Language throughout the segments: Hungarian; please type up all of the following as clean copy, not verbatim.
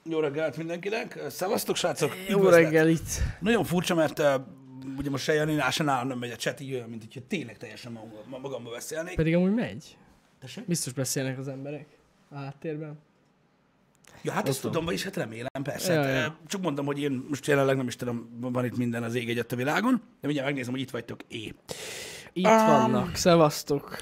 Jó reggelt mindenkinek. Szevasztok, srácok. Jó Üdvözlet. reggelit. Nagyon furcsa, mert ugye most se Janinál, se nálam nem megy a chat, így olyan, mint hogyha tényleg teljesen magamba beszélnék. Pedig amúgy megy. Tessék? Biztos beszélnek az emberek a háttérben. Ja, hát azt tudom, vagyis hát remélem, persze. Ja, Hát, ja. csak mondom, hogy én most jelenleg nem is tudom, van itt minden az ég egyet a világon, de mindjárt megnézem, hogy itt vagytok. Itt vannak. Szevasztok.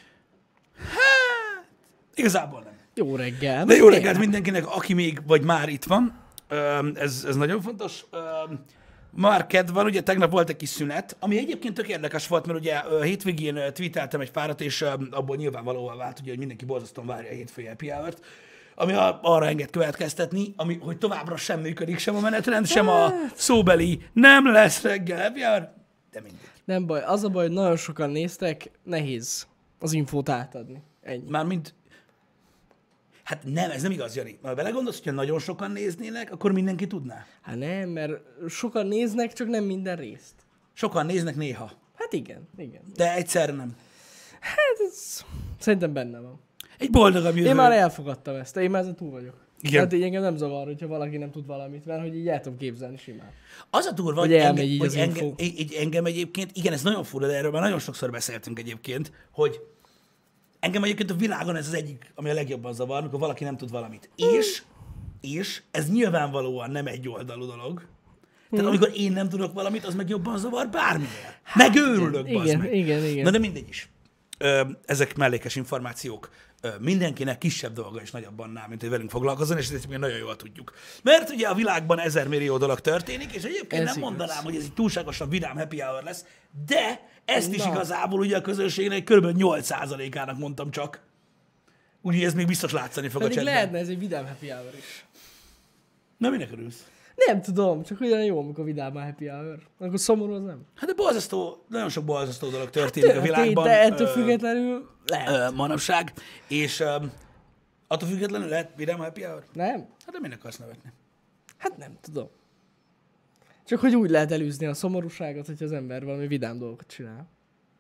Igazából nem. Jó reggel. De jó reggelt mindenkinek, aki még vagy már itt van. Ez nagyon fontos. Már kedv van, ugye tegnap volt egy kis szünet, ami egyébként tök érdekes volt, mert ugye hétvégén tweeteltem egy párat, és abból nyilvánvalóan vált, ugye, hogy mindenki borzasztóan várja a hétfői happy hour-t, ami arra enged következtetni, hogy továbbra sem működik sem a menetrend, sem a szóbeli nem lesz reggel happy hour, de mindegy. Nem baj. Az a baj, hogy nagyon sokan néztek, nehéz az infót átadni. Ennyi. Mármint, hát nem, ez nem igaz, Jani. Ha belegondolsz, hogyha nagyon sokan néznének, akkor mindenki tudná. Hát nem, mert sokan néznek, csak nem minden részt. Sokan néznek néha, Hát igen. de egyszer nem. Hát ez szerintem benne van. Egy boldogabb jövő. Én már elfogadtam ezt, én már ezen túl vagyok. Igen. Hát így engem nem zavar, hogyha valaki nem tud valamit, mert hogy így el tudom képzelni simán. Az a durva, Hogy hogy, elmegy így az engem egyébként, igen, ez nagyon fura, de erről már nagyon sokszor beszéltünk egyébként, hogy engem egyébként a világon ez az egyik, ami a legjobban zavar, amikor valaki nem tud valamit. És ez nyilvánvalóan nem egy oldalú dolog. Tehát amikor én nem tudok valamit, az meg jobban zavar bármivel. Megőrülök, bazd meg. Igen. Na de mindegy is. Ezek mellékes információk. Mindenkinek kisebb dolga is nagyobb annál, mint hogy velünk foglalkozzon, és ezt még nagyon jól tudjuk. Mert ugye a világban 1000 millió dolog történik, és egyébként Ez nem igaz. mondanám, hogy ez egy túlságosan vidám happy hour lesz, de ezt is Na. igazából ugye a közönségnek kb. 8%-ának mondtam csak. Úgyhogy ez még biztos látszani fog Pedig a chatben. lehetne ez egy vidám happy hour is. Na, minek örülsz? Nem tudom, csak olyan jó, amikor vidám a happy hour. Akkor szomorú az nem. Hát de borzasztó, nagyon sok borzasztó dolog történik a világban. De ettől függetlenül lehet. Manapság, és attól függetlenül lehet vidám happy hour? Nem? Hát de minek akarsz nevetni? Hát nem tudom. Csak hogy úgy lehet elűzni a szomorúságot, hogyha az ember valami vidám dolgot csinál.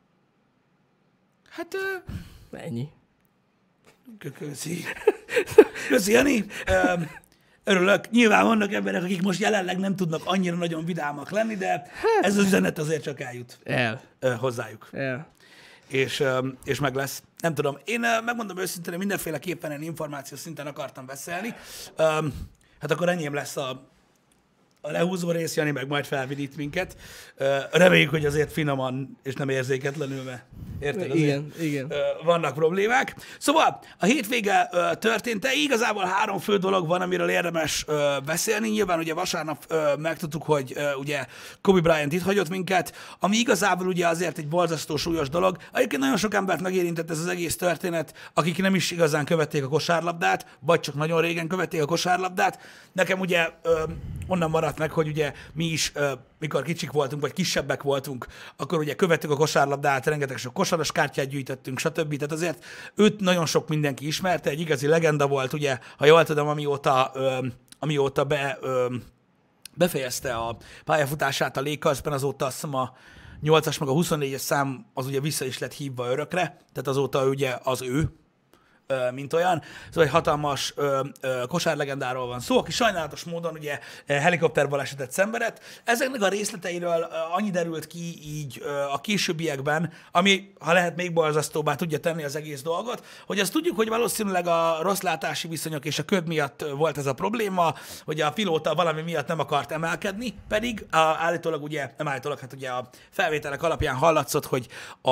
Hát, Ennyi. köszi. Köszi, Jani. Örülök. Nyilván vannak emberek, akik most jelenleg nem tudnak annyira nagyon vidámak lenni, de ez az üzenet azért csak eljut hozzájuk. És meg lesz. Nem tudom. Én megmondom őszintén, hogy mindenféleképpen ilyen információ szinten akartam beszélni. Hát akkor enyém lesz a lehúzó rész, Jani meg majd felvidít minket. Reméljük, hogy azért finoman és nem érzéketlenül, mert érted? Azért, Igen. vannak problémák. Szóval a hétvége történt, de igazából 3 fő dolog van, amiről érdemes beszélni. Nyilván ugye vasárnap megtudtuk, hogy ugye Kobe Bryant itt hagyott minket, ami igazából ugye azért egy borzasztó súlyos dolog. Egyébként nagyon sok embert megérintett ez az egész történet, akik nem is igazán követték a kosárlabdát, vagy csak nagyon régen követték a kosárlabdát. Nekem ugye onnan maradt meg, hogy ugye mi is, mikor kicsik voltunk, vagy kisebbek voltunk, akkor ugye követtük a kosárlabdát, rengeteg sok kosaras kártyát gyűjtöttünk, stb. Tehát azért őt nagyon sok mindenki ismerte, egy igazi legenda volt, ugye, ha jól tudom, amióta befejezte a pályafutását a Lakersben, azóta azt hiszem a 8-as meg a 24-es szám az ugye vissza is lett hívva örökre, tehát azóta ugye az ő, mint olyan. Szóval egy hatalmas kosárlegendáról van szó, aki sajnálatos módon ugye helikopterbalesetet szenvedett. Ezeknek a részleteiről annyi derült ki így a későbbiekben, ami, ha lehet, még borzasztóbbá tudja tenni az egész dolgot, hogy azt tudjuk, hogy valószínűleg a rossz látási viszonyok és a köd miatt volt ez a probléma, hogy a pilóta valami miatt nem akart emelkedni, pedig állítólag ugye, nem állítólag, hát ugye a felvételek alapján hallatszott, hogy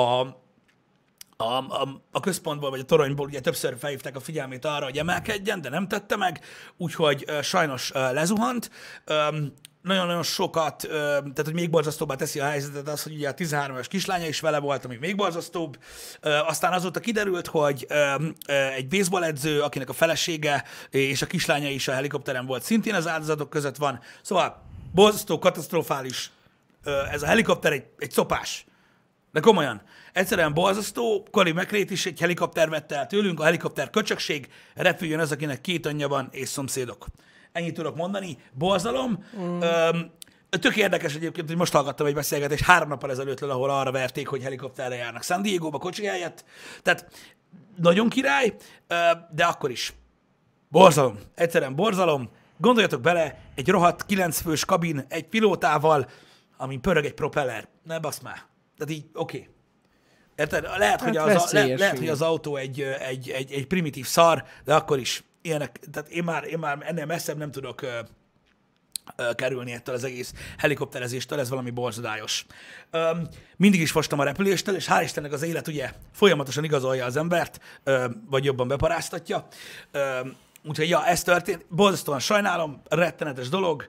a központból, vagy a toronyból ugye többször felhívták a figyelmét arra, hogy emelkedjen, de nem tette meg, úgyhogy sajnos lezuhant. Nagyon-nagyon sokat, tehát hogy még borzasztóbbá teszi a helyzetet az, hogy ugye a 13 éves kislánya is vele volt, ami még borzasztóbb. Aztán azóta kiderült, hogy egy baseball edző, akinek a felesége és a kislánya is a helikopteren volt, szintén az áldozatok között van. Szóval borzasztó, katasztrofális ez a helikopter, egy szopás. De komolyan, egyszerűen borzasztó, Colin McRae is egy helikopter vette el tőlünk, a helikopter köcsökség, repüljön az, akinek 2 anyja van és szomszédok. Ennyit tudok mondani, borzalom. Tök érdekes egyébként, hogy most hallgattam egy beszélgetést 3 nappal ezelőttől, ahol arra verték, hogy helikopterre járnak San Diegóba kocsi helyett. Tehát nagyon király, de akkor is. Borzalom. Egyszerűen borzalom. Gondoljatok bele, egy rohadt 9 fős kabin, egy pilótával, amin pörög egy propeller. Ne basz már. Tehát így, oké. Érted? Lehet, hogy lehet, hogy az autó egy primitív szar, de akkor is ilyenek, tehát én már ennél messzebb nem tudok kerülni ettől az egész helikopterezéstől, ez valami borzadályos. Mindig is fostam a repüléstől, és hál' Istennek az élet ugye folyamatosan igazolja az embert, vagy jobban beparáztatja. Úgyhogy ja, ez történt. Borzasztóan sajnálom, rettenetes dolog.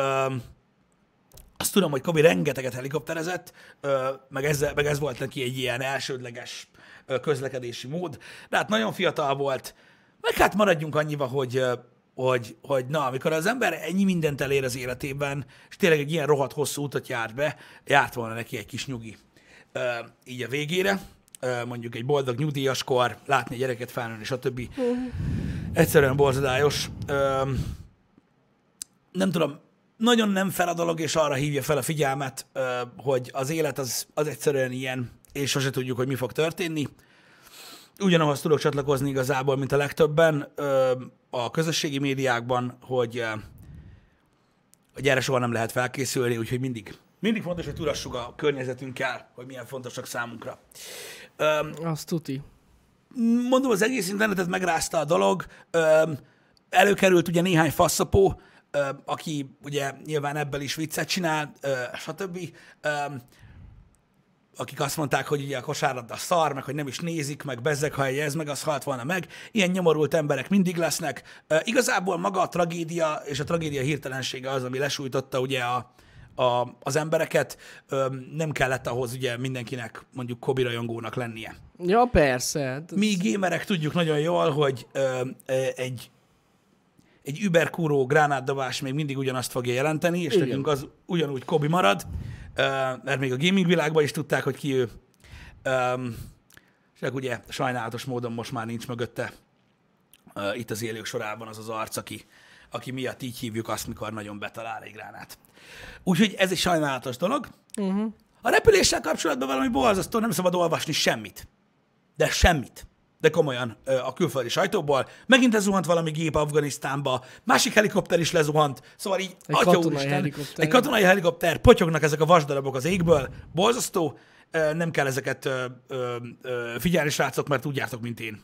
Azt tudom, hogy Kobi rengeteget helikopterezett, meg ez volt neki egy ilyen elsődleges közlekedési mód, de hát nagyon fiatal volt, meg hát maradjunk annyiba, hogy na, amikor az ember ennyi mindent elér az életében, és tényleg egy ilyen rohadt hosszú utat járt volna neki egy kis nyugi. Így a végére, mondjuk egy boldog nyugdíjaskor, látni a gyereket felnőni, stb. Egyszerűen borzadályos. Nem tudom, nagyon nem fel a dolog, és arra hívja fel a figyelmet, hogy az élet az egyszerűen ilyen, és sose tudjuk, hogy mi fog történni. Ugyanahhoz tudok csatlakozni igazából, mint a legtöbben a közösségi médiákban, hogy erre soha nem lehet felkészülni, úgyhogy mindig fontos, hogy tudassuk a környezetünkkel, hogy milyen fontosak számunkra. Azt tuti. Mondom, az egész internetet megrázta a dolog. Előkerült ugye néhány faszapó, aki ugye nyilván ebből is viccet csinál, stb. Akik azt mondták, hogy ugye a kosárlabda szar, meg hogy nem is nézik, meg bezzeg, ha ez meg, az halt volna meg. Ilyen nyomorult emberek mindig lesznek. Igazából maga a tragédia és a tragédia hirtelensége az, ami lesújtotta ugye az embereket. Nem kellett ahhoz ugye mindenkinek mondjuk Kobi rajongónak lennie. Ja, persze. Mi gamerek tudjuk nagyon jól, hogy egy überkúró gránátdobás még mindig ugyanazt fogja jelenteni, és nekünk az ugyanúgy Kobi marad, mert még a gaming világban is tudták, hogy ki ő. És ugye sajnálatos módon most már nincs mögötte itt az élők sorában az az arc, aki miatt így hívjuk azt, mikor nagyon betalál egy gránát. Úgyhogy ez egy sajnálatos dolog. Uh-huh. A repüléssel kapcsolatban valami borzasztó, nem szabad olvasni semmit. De semmit. De komolyan a külföldi sajtóból. Megint lezuhant valami gép Afganisztánba, másik helikopter is lezuhant, szóval így, egy katonai helikopter, potyognak ezek a vasdarabok az égből, borzasztó, nem kell ezeket figyelni, srácok, mert tudjátok, mint én.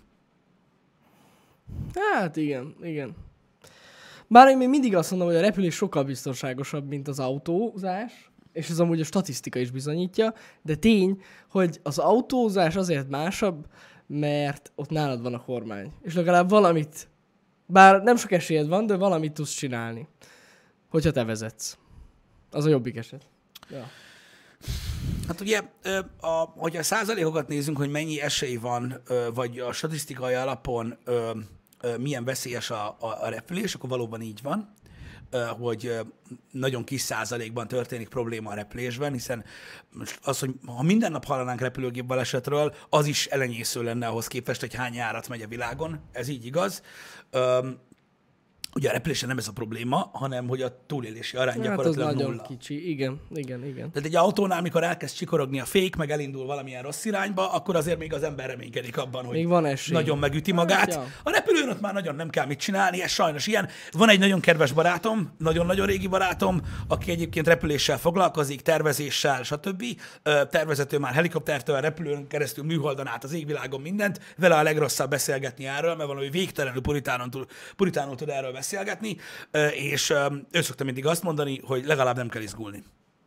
Hát igen. Bár én még mindig azt mondom, hogy a repülés sokkal biztonságosabb, mint az autózás, és ez amúgy a statisztika is bizonyítja, de tény, hogy az autózás azért másabb, mert ott nálad van a kormány. És legalább valamit, bár nem sok esélyed van, de valamit tudsz csinálni, hogyha te vezetsz. Az a jobbik eset. Ja. Hát ugye, hogyha a százalékokat nézzünk, hogy mennyi esély van, vagy a statisztikai alapon milyen veszélyes a repülés, akkor valóban így van, hogy nagyon kis százalékban történik probléma a repülésben, hiszen az, hogy ha minden nap hallanánk repülőgép balesetről, az is elenyésző lenne ahhoz képest, hogy hány járat megy a világon. Ez így igaz. Ugye a repülésen nem ez a probléma, hanem hogy a túlélési arány gyakorlatilag nulla. Nagyon kicsi, igen. Tehát egy autónál, mikor elkezd csikorogni a fék, meg elindul valamilyen rossz irányba, akkor azért még az ember reménykedik abban, hogy még van esély. Nagyon megüti magát. Ja. A repülőn ott már nagyon nem kell mit csinálni, ez sajnos ilyen. Van egy nagyon kedves barátom, nagyon-nagyon régi barátom, aki egyébként repüléssel foglalkozik, tervezéssel, stb. Tervezető már helikoptertől, repülőn keresztül, műholdon át az égvilágon mindent. Vele a legrosszabb beszélgetni erről, mert valami végtelenül puritánul tud erről beszélgetni, és ő szokta mindig azt mondani, hogy legalább nem kell izgulni.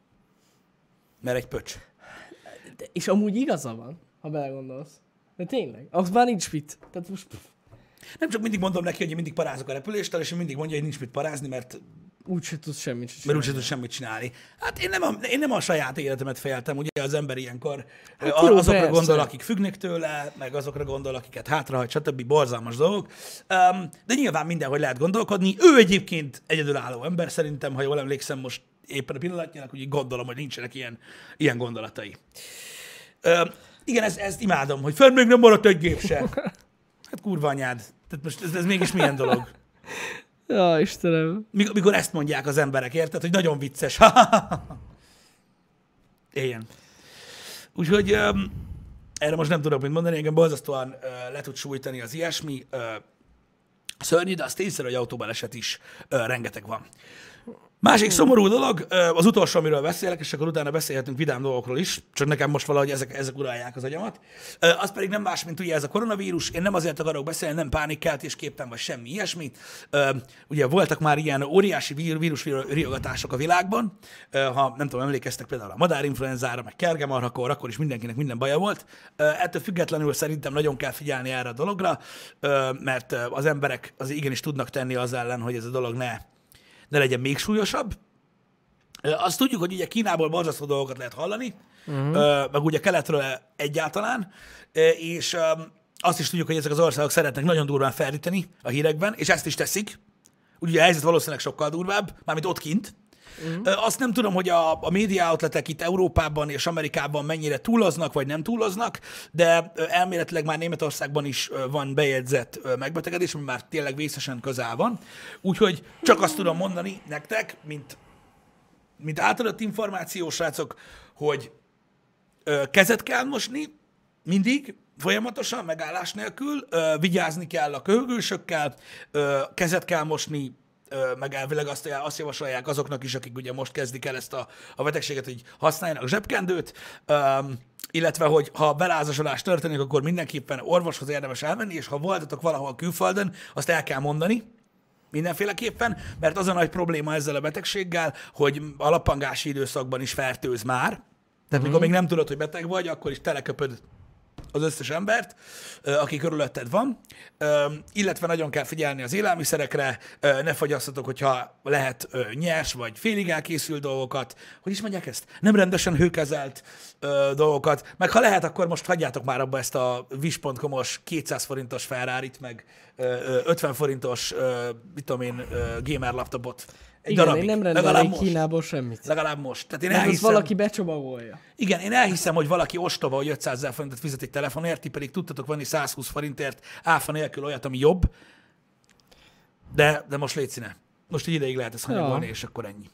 Mert egy pöcs. És amúgy igaza van, ha belegondolsz. De tényleg, az már nincs mit. Tehát most... Nem csak mindig mondom neki, hogy én mindig parázok a repüléstől, és ő mindig mondja, hogy nincs mit parázni, mert úgyse tudsz semmit csinálni. Mert úgyse tudsz semmit csinálni. Hát én nem a saját életemet fejeltem, ugye az ember ilyenkor hát jó, azokra persze. gondol, akik függnek tőle, meg azokra gondol, akiket hátrahagy, stb. Borzalmas dolgok. De nyilván mindenhogy lehet gondolkodni. Ő egyébként egyedülálló ember, szerintem, ha jól emlékszem most éppen a pillanatnyilag, úgy gondolom, hogy nincsenek ilyen gondolatai. Igen, ezt imádom, hogy fenn még nem maradt egy gép se. Hát kurva anyád. Tehát most ez mégis milyen dolog? Ja, Istenem. Mikor ezt mondják az emberek, érted? Hogy nagyon vicces. Éljen. Úgyhogy erre most nem tudok mit mondani, engem borzasztóan le tud sújtani az ilyesmi. szörnyű, de az tényszerű, hogy autóbaleset is rengeteg van. Másik szomorú dolog, az utolsó, amiről beszélek, és akkor utána beszélhetünk vidám dolgokról is, csak nekem most valahogy ezek uralják az agyamat. Az pedig nem más, mint ugye ez a koronavírus. Én nem azért akarok beszélni, nem pánikkeltésképpen, vagy semmi ilyesmi. Ugye voltak már ilyen óriási vírusriogatások a világban, ha nem tudom, emlékeztek például a madárinfluenzára, meg kergemarhakor, akkor is mindenkinek minden baja volt. Ettől függetlenül szerintem nagyon kell figyelni erre a dologra, mert az emberek az igenis tudnak tenni az ellen, hogy ez a dolog ne legyen még súlyosabb. Azt tudjuk, hogy ugye Kínából borzasztó dolgokat lehet hallani, meg ugye keletről egyáltalán, és azt is tudjuk, hogy ezek az országok szeretnek nagyon durván ferdíteni a hírekben, és ezt is teszik. Ugye a helyzet valószínűleg sokkal durvább, mármint ott kint. Azt nem tudom, hogy a média outletek itt Európában és Amerikában mennyire túloznak, vagy nem túloznak, de elméletileg már Németországban is van bejegyzett megbetegedés, ami már tényleg vészesen közel van. Úgyhogy csak azt tudom mondani nektek, mint átadott információ, srácok, hogy kezet kell mosni, mindig, folyamatosan, megállás nélkül, vigyázni kell a köhögősökkel, kezet kell mosni, meg elvileg azt javasolják azoknak is, akik ugye most kezdik el ezt a betegséget, hogy használjanak zsebkendőt, illetve, hogy ha belázasodás történik, akkor mindenképpen orvoshoz érdemes elmenni, és ha voltatok valahol külföldön, azt el kell mondani, mindenféleképpen, mert az a nagy probléma ezzel a betegséggel, hogy a lappangási időszakban is fertőz már, tehát mikor még nem tudod, hogy beteg vagy, akkor is teleköpöd az összes embert, aki körülötted van, illetve nagyon kell figyelni az élelmiszerekre, ne fogyasszatok, hogyha lehet nyers vagy félig elkészült dolgokat, hogy is mondják ezt? Nem rendesen hőkezelt dolgokat, meg ha lehet, akkor most hagyjátok már abba ezt a wish.com-os 200 forintos Ferrarit, meg 50 forintos, mit tudom én, gamer laptopot. Egy Igen, darabig. én nem rendelnék Kínából semmit. Legalább most. Tehát én Mert elhiszem, az valaki becsomagolja. igen, én elhiszem, hogy valaki ostoba, hogy 500 000 forintot fizet egy telefonért, ti pedig tudtatok venni 120 forintért áfa nélkül olyat, ami jobb. De most légy színe. Most így ideig lehet ezt hanyagolni, és akkor ennyi.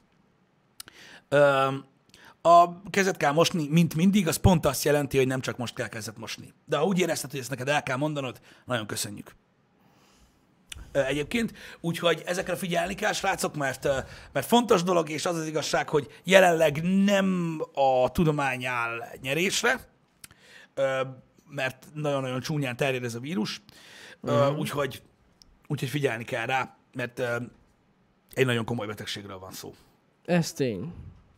A kezet kell mosni, mint mindig, az pont azt jelenti, hogy nem csak most kell kezet mosni. De ha úgy érezted, hogy ezt neked el kell mondanod, nagyon köszönjük. Egyébként, úgyhogy ezekre figyelni kell, srácok, mert fontos dolog, és az az igazság, hogy jelenleg nem a tudomány áll nyerésre, mert nagyon-nagyon csúnyán terjed ez a vírus, úgyhogy figyelni kell rá, mert egy nagyon komoly betegségről van szó. Ez tény.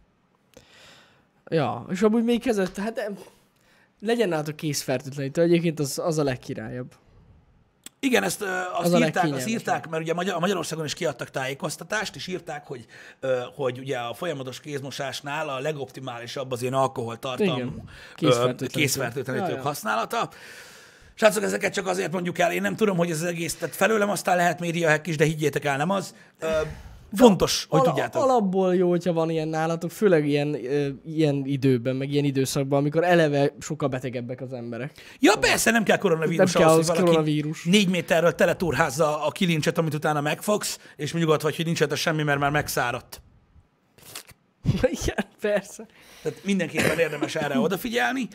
Ja, és amúgy még kezet, hát legyen nálatok készfertőtlenítő, egyébként az a legkirályabb. Igen, azt írták, mert ugye Magyarországon is kiadtak tájékoztatást, és írták, hogy ugye a folyamatos kézmosásnál a legoptimálisabb az ilyen alkoholtartalmú készfertőtlenítők használata. Srácok, ezeket csak azért mondjuk el, én nem tudom, hogy ez az egész, tehát felőlem aztán lehet médiahack is, de higgyétek el, nem az. Fontos, hogy tudjátok. Alapból jó, hogyha van ilyen nálatok, főleg ilyen időben, meg ilyen időszakban, amikor eleve sokkal betegebbek az emberek. Ja, persze, nem kell koronavírus nem ahhoz, kell hogy valaki 4 méterről teletúrházza a kilincset, amit utána megfogsz, és nyugodt vagy, hogy nincs a semmi, mert már megszáradt. Igen, persze. Tehát mindenképpen érdemes erre odafigyelni.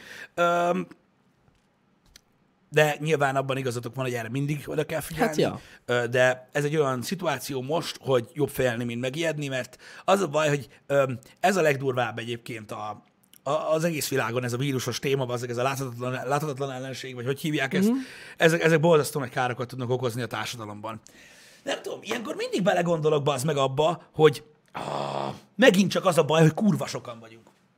De nyilván abban igazatok van, hogy erre mindig oda kell figyelni. Hát ja. De ez egy olyan szituáció most, hogy jobb félni, mint megijedni, mert az a baj, hogy ez a legdurvább egyébként az egész világon, ez a vírusos téma, ez a láthatatlan ellenség, vagy hogy hívják ezt, ezek borzasztó nagy károkat tudnak okozni a társadalomban. Nem tudom, ilyenkor mindig belegondolok bazd meg abba, hogy megint csak az a baj, hogy kurva sokan vagyunk.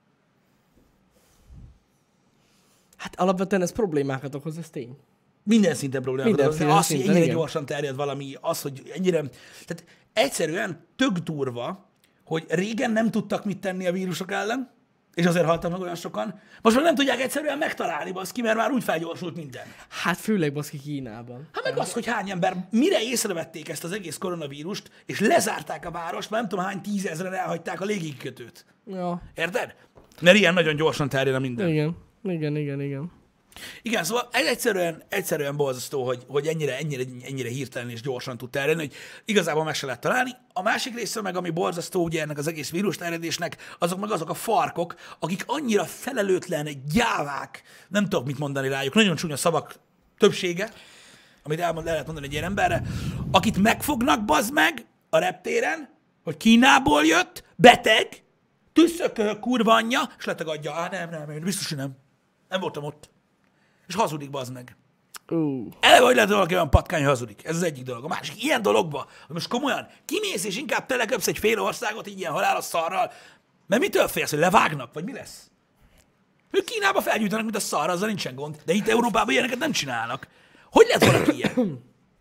Hát alapvetően ez problémákat okoz, ez tény. Minden szinten problémákat okoz. Az, hogy ennyire igen. gyorsan terjed valami, az, hogy ennyire... Tehát egyszerűen tök durva, hogy régen nem tudtak mit tenni a vírusok ellen, és azért haltak meg olyan sokan. Most már nem tudják egyszerűen megtalálni, baszki, mert már úgy felgyorsult minden. Hát főleg baszki Kínában. Hát meg az, hogy hány ember, mire észrevették ezt az egész koronavírust, és lezárták a várost, már nem tudom hány 10 000-en elhagyták a légikikötőt. Ja. Érted? Mert ilyen nagyon gyorsan terjed a minden. Igen. Igen, szóval ez egyszerűen borzasztó, hogy ennyire hirtelen és gyorsan tud terjedni, hogy igazából meg se lehet találni. A másik része meg, ami borzasztó ugye ennek az egész vírus terjedésnek, azok a farkok, akik annyira felelőtlen, gyávák, nem tudok mit mondani rájuk, nagyon csúnya szavak többsége, amit le lehet mondani egy ilyen emberre, akit megfognak, bazd meg, a reptéren, hogy Kínából jött, beteg, tüsszök kurva anyja, és letagadja, nem, biztos, hogy nem. Nem voltam ott. És hazudik, bazd meg. Eleve, hogy lehet, hogy valaki olyan patkány hazudik. Ez az egyik dolog. A másik, ilyen dologba, hogy most komolyan kimész, és inkább teleköpsz egy fél országot így ilyen halálos szarral, mert mitől félsz, hogy levágnak, vagy mi lesz? Ők Kínába felgyújtanak, mint a szar, azzal nincsen gond. De itt Európában ilyeneket nem csinálnak. Hogy lehet valaki ilyen?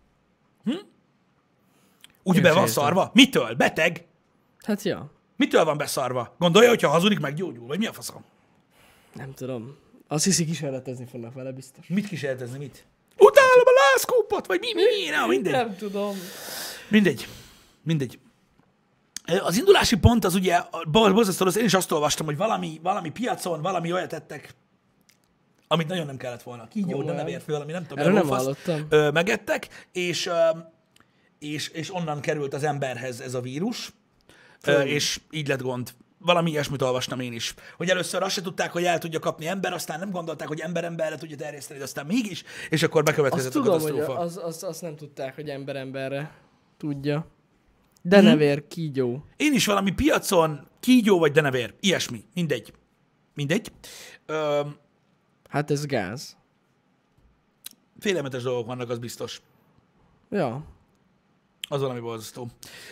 Úgy be van szarva? Mitől? Beteg? Hát ja. Mitől van beszarva? Gondolja, hogyha hazudik, meggyógyul? Vagy mi a faszom? Nem tudom. Azt hiszi, kísérletezni fognak vele, biztos. Mit kísérletezni, mit? Utálom a lászkópot, vagy mi? Mindegy. Nem tudom. Mindegy. Az indulási pont az ugye, borzasztó rossz, én is azt olvastam, hogy valami piacon, valami olyat tettek, amit nagyon nem kellett volna. Kígyó, de nem ért fel, valami, nem tudom, nem hallottam. Megettek, és onnan került az emberhez ez a vírus, és így lett gond. Valami ilyesmit olvastam én is. Hogy először azt se tudták, hogy el tudja kapni ember, aztán nem gondolták, hogy ember-emberre tudja terjeszteni, de aztán mégis, és akkor bekövetkezett a katasztrófa. Azt tudom, hogy azt nem tudták, hogy ember-emberre tudja. Denevér, kígyó. Én is valami piacon, kígyó vagy denevér, ilyesmi, mindegy. Hát ez gáz. Félelmetes dolgok vannak, az biztos. Ja. Az valami borzasztó.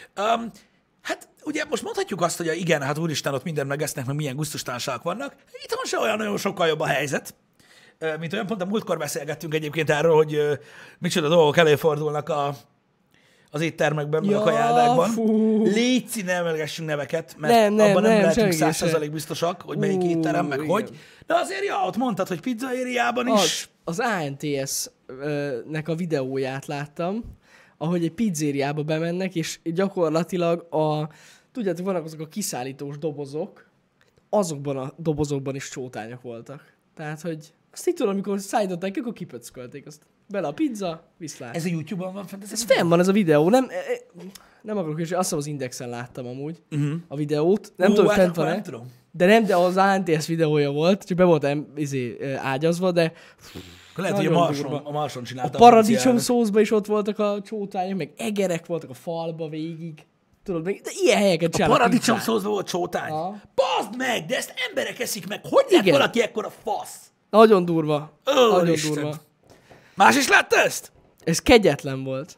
Hát ugye most mondhatjuk azt, hogy igen, hát úristen, ott mindent megesznek, meg milyen gusztustalanságok vannak. Itt van se olyan nagyon sokkal jobb a helyzet, mint olyan pont a múltkor beszélgettünk egyébként erről, hogy micsoda dolgok előfordulnak az éttermekben, meg a kajádákban. Légy ne emelgessünk neveket, mert abban nem lehetünk 100% biztosak, hogy melyik étterem, meg igen. Hogy. De azért, ja, ott mondtad, hogy pizzaériában is. Az ANTS-nek a videóját láttam, ahogy egy pizzériába bemennek, és gyakorlatilag tudjátok, vannak azok a kiszállítós dobozok, azokban a dobozokban is csótányok voltak. Tehát, hogy azt így tudom, amikor szállították, akkor kipöckölték azt. Bele a pizza, viszlát. Ez a YouTube-on van fent? Ez fenn van ez a videó. Nem akarok, és azt hiszem az Indexen láttam amúgy a videót. Nem tudom, hogy fent van-e. De az ANTS videója volt, csak be volt ágyazva, de lehet, hogy a Marson csinálta. A paradicsom szószban is ott voltak a csótányok, meg egerek voltak a falba végig. Tudod, de ilyen helyeket csinálnak. A paradicsom szószban volt csótány? Bazd meg, de ezt emberek eszik meg. Hogy lett valaki ekkora fasz? Nagyon durva. Nagyon durva. Más is látta ezt? Ez kegyetlen volt.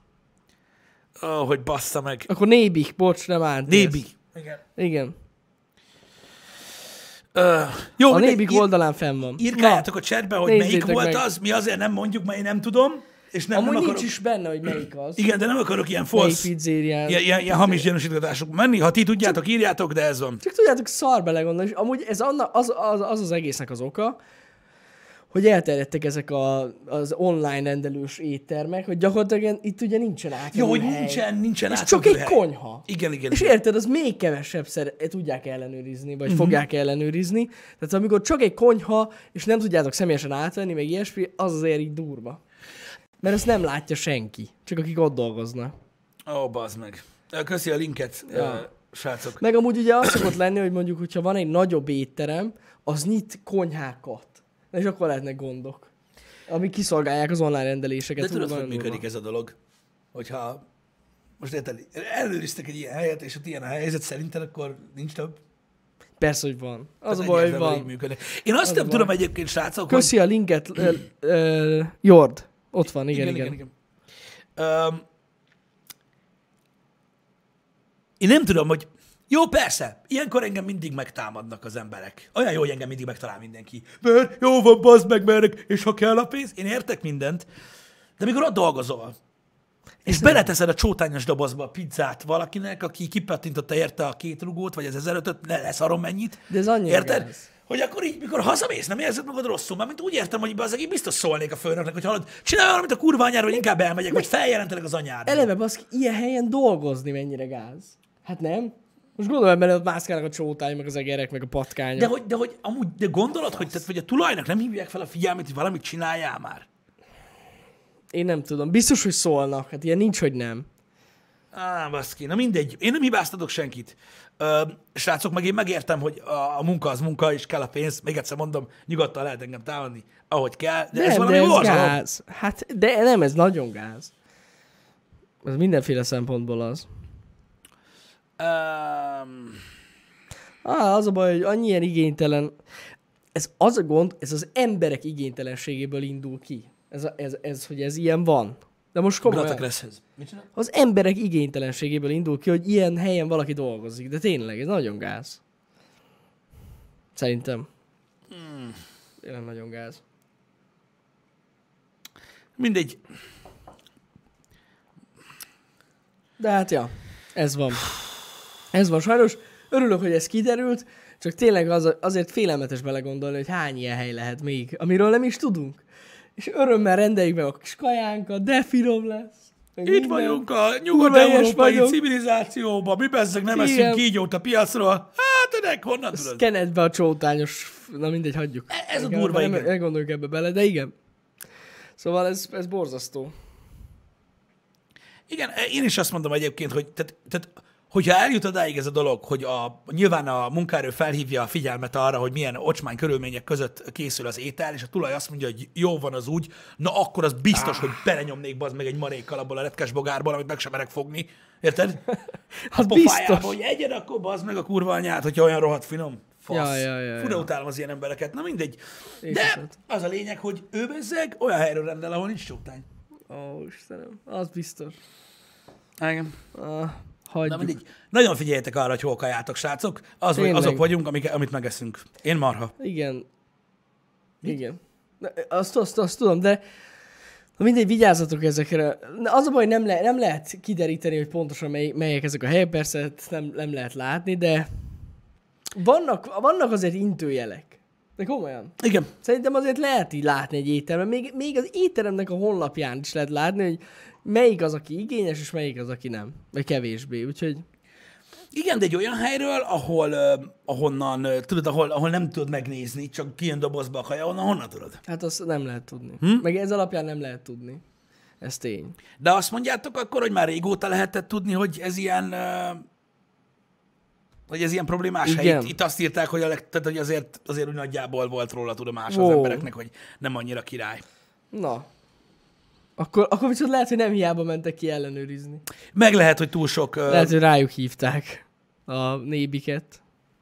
Hogy bassza meg. Akkor Nébik, bocs, nem ANTS. Nébik. Igen. Jó, a Nébik oldalán fenn van. Írkáljátok a chatben, hogy melyik volt meg. Az, mi azért nem mondjuk, mert én nem tudom. És nem amúgy akarok... nincs is benne, hogy melyik az. Igen, de nem akarok ilyen falsz, ilyen hamis gyanúsítgatások menni. Ha ti tudjátok, írjátok, de ez van. Csak tudjátok, szar belegondolni, és amúgy ez az egésznek az oka, hogy elterjedtek ezek az online rendelős éttermek, hogy gyakorlatilag itt ugye nincsen átvenő hogy hely. nincsen és csak egy konyha. Igen. És érted, az még kevesebbszer tudják ellenőrizni, vagy fogják ellenőrizni. Tehát amikor csak egy konyha, és nem tudjátok személyesen átvenni, meg ilyesmi, az azért így durva. Mert ezt nem látja senki, csak akik ott dolgoznak. Bazd meg. Köszi a linket, srácok. Meg amúgy ugye az szokott lenni, hogy mondjuk, hogyha van egy nagyobb étterem, az nyit konyhákat. És akkor lehetnek gondok, amik kiszolgálják az online rendeléseket. De tudod, hogy működik ez a dolog? Hogyha most érted, ellenőriztek egy ilyen helyet, és ott ilyen a helyzet, szerinted akkor nincs több? Persze, hogy van. Az a baj, hogy van. Én azt nem tudom egyébként, srácok, köszi a linket, Jord. Ott van, igen. Én nem tudom, hogy jó, persze, ilyenkor engem mindig megtámadnak az emberek. Olyan jó, hogy engem mindig megtalál mindenki. Mert jó van, bazd meg, merek, és ha kell a pénz, én értek mindent. De mikor ott dolgozol, és beleteszed a csótányos dobozba a pizzát valakinek, aki kipattintotta érte a 2 rugót, vagy az 1500-öt, ne leszarom mennyit. De ez annyira érted? Gáz. Hogy akkor így, mikor hazamész, nem érzed magad rosszul, mert mint úgy értem, hogy én biztos szólnék a főnöknek, hogy hallod, csinálj valamit a kurva anyára, hogy inkább elmegyek, vagy feljelentelek az anyád. Eleve baszki, ilyen helyen dolgozni mennyire gáz. Hát nem? Most gondolom, mert ott mászkálnak a csótány, meg az egerek, meg a patkányok. De gondolod, hogy a tulajnak nem hívják fel a figyelmet, hogy valamit csináljál már? Én nem tudom. Biztos, hogy szólnak. Hát ilyen nincs, hogy nem. Baszki, na mindegy. Én nem hibáztatok senkit. Srácok, meg én megértem, hogy a munka az munka, és kell a pénz. Még egyszer mondom, nyugodtan lehet engem támadni, ahogy kell. De ez valami borzalom. gáz. Hát, de nem, ez nagyon gáz. Ez mindenféle szempontból az. Az a baj, hogy annyi ilyen igénytelen... Ez az a gond, ez az emberek igénytelenségéből indul ki. Hogy ez ilyen van. De most komolyan. Az emberek igénytelenségéből indul ki, hogy ilyen helyen valaki dolgozik. De tényleg, ez nagyon gáz. Szerintem. Tényleg nagyon gáz. Mindegy. De hát ja, ez van. Ez van sajnos. Örülök, hogy ez kiderült, csak tényleg azért félelmetes belegondolni, hogy hány ilyen hely lehet még, amiről nem is tudunk. És örömmel rendeljük meg a kis kajánkat, de finom lesz. Itt vagyunk a nyugat-európai civilizációban, mi bezzeg nem eszünk kígyót a piacról. Hát ennek honnan tudod? Szkened be a csótányos, na mindegy, hagyjuk. Ez a durva, igen. Nem gondoljuk ebbe bele, de igen. Szóval ez borzasztó. Igen, én is azt mondom egyébként, hogy tehát hogyha eljut odáig ez a dolog, hogy nyilván a munkaerő felhívja a figyelmet arra, hogy milyen ocsmány körülmények között készül az étel, és a tulaj azt mondja, hogy jó van az úgy, na akkor az biztos, hogy belenyomnék bazd meg egy marékkal abból a retkes bogárból, amit meg sem merek fogni. Érted? Az biztos. Hogy egyen akkor bazd meg a kurva anyát, hogyha olyan rohadt finom. Fasz. Ja. Fura utálom az ilyen embereket. Na mindegy. De az a lényeg, hogy ő bezzeg olyan helyről rendel, ahol nincs csótány. Ó, Istenem. Az biztos. Igen. Hagyjuk. Na mindegy. Nagyon figyeljetek arra, hogy hol kajátok, srácok. Azok vagyunk, amit megeszünk. Én marha. Igen. Igen. Azt tudom, de mindegy, vigyázzatok ezekre. Az a baj, nem lehet kideríteni, hogy pontosan melyek ezek a helyek, persze nem lehet látni, de vannak azért intőjelek. De komolyan. Igen. Szerintem azért lehet így látni egy étteremben. Még az étteremnek a honlapján is lehet látni, hogy melyik az, aki igényes, és melyik az, aki nem. Vagy kevésbé, úgyhogy... Igen, de egy olyan helyről, ahonnan, tudod, ahol nem tudod megnézni, csak kijön dobozba a kaja, honnan tudod? Hát azt nem lehet tudni. Meg ez alapján nem lehet tudni. Ez tény. De azt mondjátok akkor, hogy már régóta lehetett tudni, hogy ez ilyen... Hogy ez ilyen problémás hely. Itt azt írták, hogy, tehát, hogy azért úgy nagyjából volt róla tudomás az embereknek, hogy nem annyira király. Na. Akkor viszont lehet, hogy nem hiába mentek ki ellenőrizni. Meg lehet, hogy túl sok... Lehet, hogy rájuk hívták a nébiket.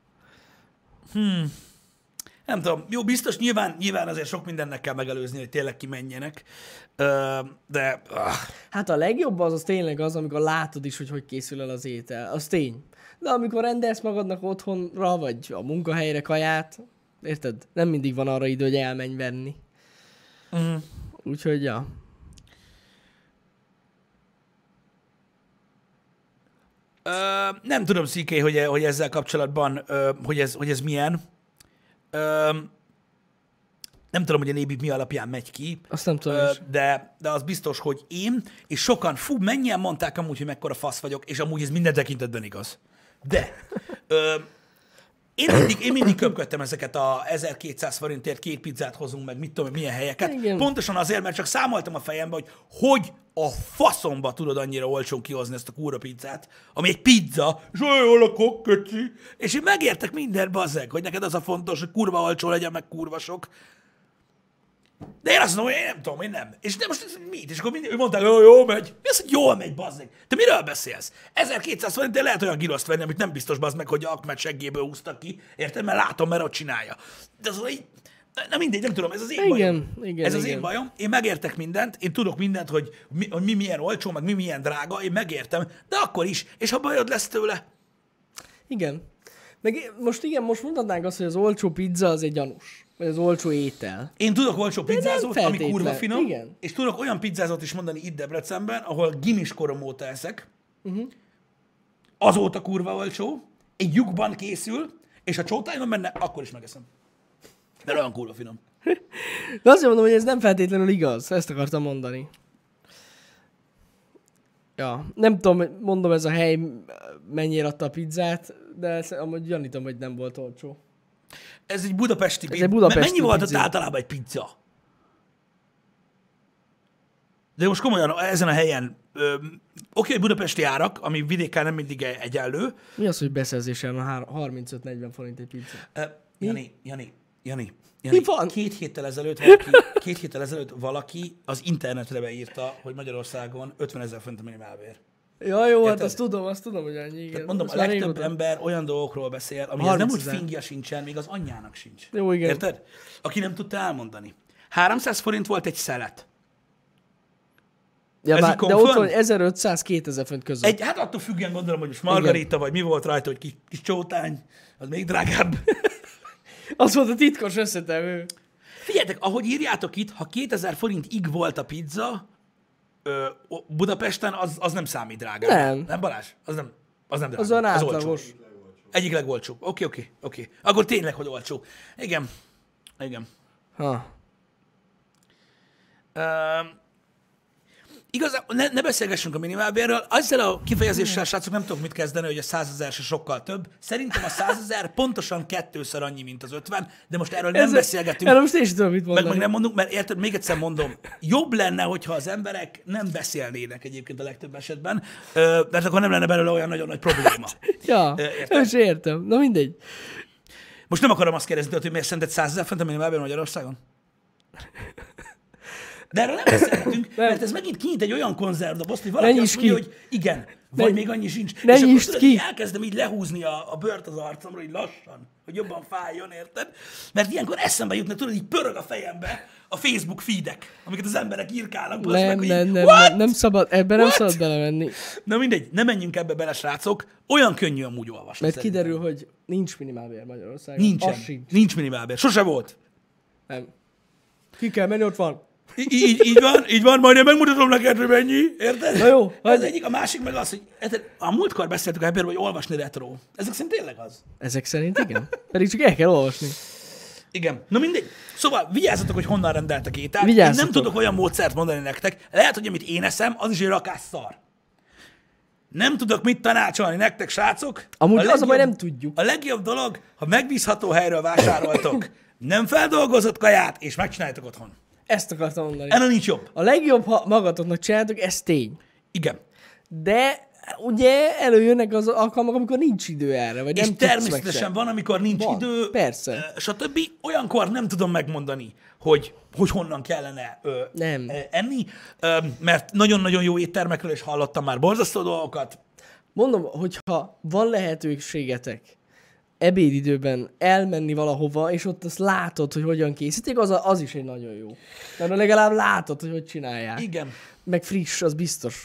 Nem tudom. Jó, biztos nyilván azért sok mindennek kell megelőzni, hogy tényleg kimenjenek. De... Hát a legjobb az tényleg az, amikor látod is, hogy készül el az étel. Az tény. De amikor rendelsz magadnak otthonra, vagy a munkahelyre kaját, érted? Nem mindig van arra idő, hogy elmenj venni. Úgyhogy, ja. Nem tudom, CK, hogy ezzel kapcsolatban, hogy ez milyen. Nem tudom, hogy a Nébib mi alapján megy ki. Azt nem tudom de az biztos, hogy én, és sokan, mennyien mondták amúgy, hogy mekkora fasz vagyok, és amúgy ez minden tekintetben igaz. De én mindig köpködtem ezeket a 1200 forintért 2 pizzát hozunk meg, mit tudom, milyen helyeket. Igen. Pontosan azért, mert csak számoltam a fejembe, hogy a faszomba tudod annyira olcsón kihozni ezt a kurva pizzát, ami egy pizza, és olyan jól a kokköci. És én megértek mindent, bazzeg, hogy neked az a fontos, hogy kurva olcsó legyen, meg kurva sok. De én azt mondom, hogy én nem tudom, én nem. És de most mit? És akkor ő mondták, hogy jól megy. Mi az, hogy jól megy, bazzeg? Te miről beszélsz? 1200 forint, de lehet olyan giroszt venni, amit nem biztos, bazd meg, hogy Ahmed seggéből húztak ki. Érted? Mert látom, mert ott csinálja. De az, hogy na mindegy, nem tudom, ez az én bajom. Ez az én bajom. Én megértek mindent, én tudok mindent, hogy mi milyen olcsó, meg mi milyen drága, én megértem, de akkor is. És ha bajod lesz tőle? Igen. Meg most mondhatnánk azt, hogy az olcsó pizza az egy gyanús. Vagy az olcsó étel. Én tudok olcsó pizzázót, ami kurva finom, igen. És tudok olyan pizzázót is mondani itt Debrecenben, ahol gimis korom óta eszek. Azóta kurva olcsó, egy lyukban készül, és ha csótány van benne, akkor is megeszem. De olyan kurva finom. De azt mondom, hogy ez nem feltétlenül igaz. Ezt akartam mondani. Ja, nem tudom, mondom, ez a hely mennyire adta a pizzát, de amúgy gyanítom, hogy nem volt olcsó. Ez egy budapesti pizza. Mennyi volt ott általában egy pizza? De most komolyan ezen a helyen, oké, hogy budapesti árak, ami vidéken nem mindig egyenlő. Mi az, hogy beszerzésen van 35-40 forint egy pizza? Jani, Mi van? 2 héttel ezelőtt valaki az internetre beírta, hogy Magyarországon 50 000 forint a minimálbér. Ja, jó, hát Érted? azt tudom, hogy annyi, igen. Tehát mondom, Azt a már legtöbb régóta. ember olyan dolgokról beszél, amihez nem 30 úgy 000. fingja sincsen, még az anyjának sincs. Jó, igen. Érted? Aki nem tudta elmondani. 300 forint volt egy szelet. Ja, Ez már, így de ott confirm? van 1500-2000 font között. Hát attól függően gondolom, hogy most margarita, vagy mi volt rajta, hogy kis csótány, az még drágább. Az volt a titkos összetevő. Figyeljetek, ahogy írjátok itt, ha 2000 forintig volt a pizza Budapesten, az nem számít drágább. Nem. Nem, Balázs? Az nem drága. Az olyan olcsó. átlagos. Egyik legolcsóbb. Oké. Akkor tényleg, hogy olcsó. Igen. Ha. Igazán, ne beszélgessünk a minimálbérről. Ezzel a kifejezéssel, srácok, nem tudok mit kezdeni, hogy a 100 000 se sokkal több. Szerintem a 100 000 pontosan 2-ször annyi, mint az 50, de most erről nem beszélgetünk. Erről most én is tudom, mit Meg mondani. nem mondunk, mert érted, még egyszer mondom, jobb lenne, hogyha az emberek nem beszélnének egyébként a legtöbb esetben, mert akkor nem lenne belőle olyan nagyon nagy probléma. Ja, Érted? nem is értem. Na mindegy. Most nem akarom azt kérdezni, hogy miért szerinted 100 000 fent a minimálbér Magyarországon? De erről nem beszélhetünk, mert ez megint kinyit egy olyan konzervdobozt, hogy valaki azt mondja, hogy igen, vagy még annyi sincs. Ne És akkor nyisd tudod, ki. így elkezdem így lehúzni a bőrt az arcomra, így lassan, hogy jobban fájjon, érted? Mert ilyenkor eszembe jutnak, tudod, így pörög a fejembe a Facebook feedek, amiket az emberek írkálnak. Nem szabad, ebben nem szabad belemenni. Na mindegy, ne menjünk ebbe bele, srácok. Olyan könnyű amúgy olvasni. Mert szerintem. kiderül, hogy nincs minimálbér Magyarországon. Nincsen. Az sincs. Nincs minimálbér. Sose volt. Nem. Ki kell menni, ott van. Így van, majd én megmutatom neked, hogy mennyi, érted? Na jó, Ez egyik, a másik meg az, hogy érted, a múltkor beszéltük ebből, hogy olvasni retro. Ezek szerint tényleg az. Ezek szerint igen. Pedig csak el kell olvasni. Igen. Na mindegy. Szóval vigyázzatok, hogy honnan rendeltek ételt. Vigyázzatok. Én nem tudok olyan módszert mondani nektek. Lehet, hogy amit én eszem, az is egy rakás szar. Nem tudok mit tanácsolni nektek, srácok. Amúgy az a baj, nem tudjuk. A legjobb dolog, ha megbízható helyről vásároltok, nem feldolgozott kaját, és megcsináljátok otthon. Ezt akartam mondani. Ennél nincs jobb. A legjobb, ha magatoknak csináltok, ez tény. Igen. De ugye előjönnek az alkalmak, amikor nincs idő erre, vagy És nem tudsz természetesen meg van, amikor nincs Van, idő, persze. stb. Olyankor nem tudom megmondani, hogy honnan kellene Nem. enni, mert nagyon-nagyon jó éttermekről is hallottam már borzasztó dolgokat. Mondom, hogyha van lehetőségetek ebédidőben elmenni valahova, és ott azt látod, hogy hogyan készítik, az is egy nagyon jó. Mert legalább látod, hogy csinálják. Igen. Meg friss, az biztos.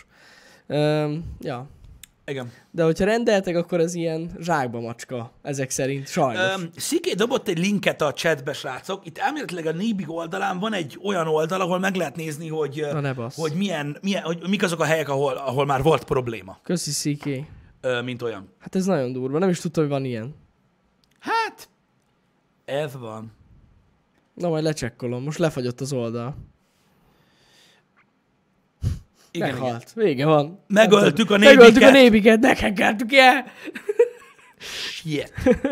Ja. Igen. De hogyha rendeltek, akkor ez ilyen zsákba macska, ezek szerint, sajnos. Sziké dobott egy linket a chatbe, srácok. Itt elméletileg a Nébig oldalán van egy olyan oldal, ahol meg lehet nézni, hogy, Na ne bassz. hogy, hogy mik azok a helyek, ahol már volt probléma, Köszi, Sziké. mint olyan. Hát ez nagyon durva, nem is tudtam, hogy van ilyen. Hát, ez van. Na majd lecsekkolom, most lefagyott az oldal. Igen, igen. Meghalt, vége van. Megöltük a Megöltük a nébiket. nébiket, meghekkeltük el. Shit.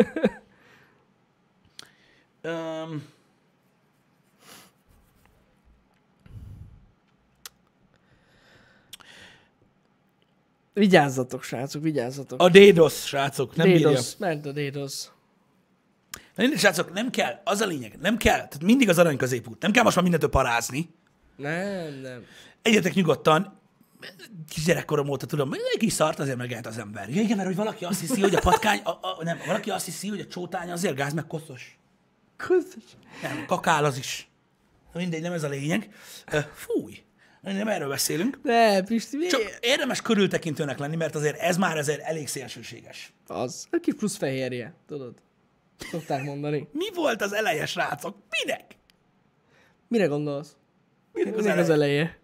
Vigyázzatok, srácok, vigyázzatok. A DDoS, srácok, nem bírja. DDoS, ment a DDoS. Mindig, srácok, nem kell, az a lényeg, nem kell, tehát mindig az arany középút. Nem kell most már mindentől parázni. Nem. Egyetek nyugodtan, kisgyerekkorom óta tudom, egy kis szart azért megelt az ember. Ja, igen, mert hogy valaki azt hiszi, hogy a patkány, nem, valaki azt hiszi, hogy a csótány azért gáz meg koszos. Közös. Nem, kakál az is. Mindegy, nem ez a lényeg. Fúj, nem erről beszélünk. Ne, Pisti, mi? Csak érdemes körültekintőnek lenni, mert azért ez már azért elég szélsőséges. Az. Egy kis plusz fehérje, tudod? Szokták mondani. Mi volt az eleje, srácok? Minek? Mire gondolsz? Minek az Minek az eleje? eleje?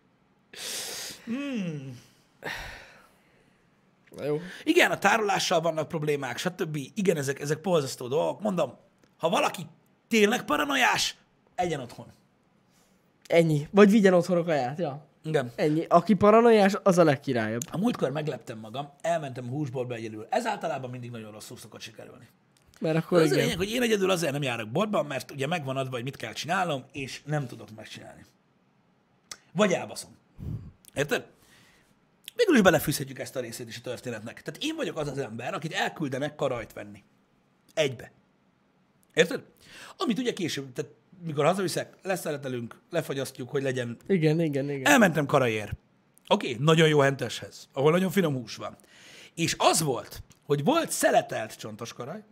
Na jó. Igen, a tárolással vannak problémák, stb. Igen, ezek borzasztó dolgok. Mondom, ha valaki tényleg paranoiás, egyen otthon. Ennyi. Vagy vigyen otthon a kaját, ja. Igen. Ennyi. Aki paranoiás, az a legkirályabb. A múltkor megleptem magam, elmentem a húsboltba egyedül. Ez általában mindig nagyon rosszul szokott sikerülni. Mert akkor Az a igen. lényeg, hogy én egyedül azért nem járok boltban, mert ugye megvan adva, hogy mit kell csinálnom, és nem tudok megcsinálni. Vagy elbaszom. Érted? Végül is belefűzhetjük ezt a részét is a történetnek. Tehát én vagyok az az ember, akit elküldenek karajt venni. Egybe. Érted? Amit ugye később, tehát mikor hazaviszek, leszeletelünk, lefagyasztjuk, hogy legyen. Igen. Elmentem karajér. Oké, nagyon jó henteshez, ahol nagyon finom hús van. És az volt, hogy volt szeletelt csontos karaj,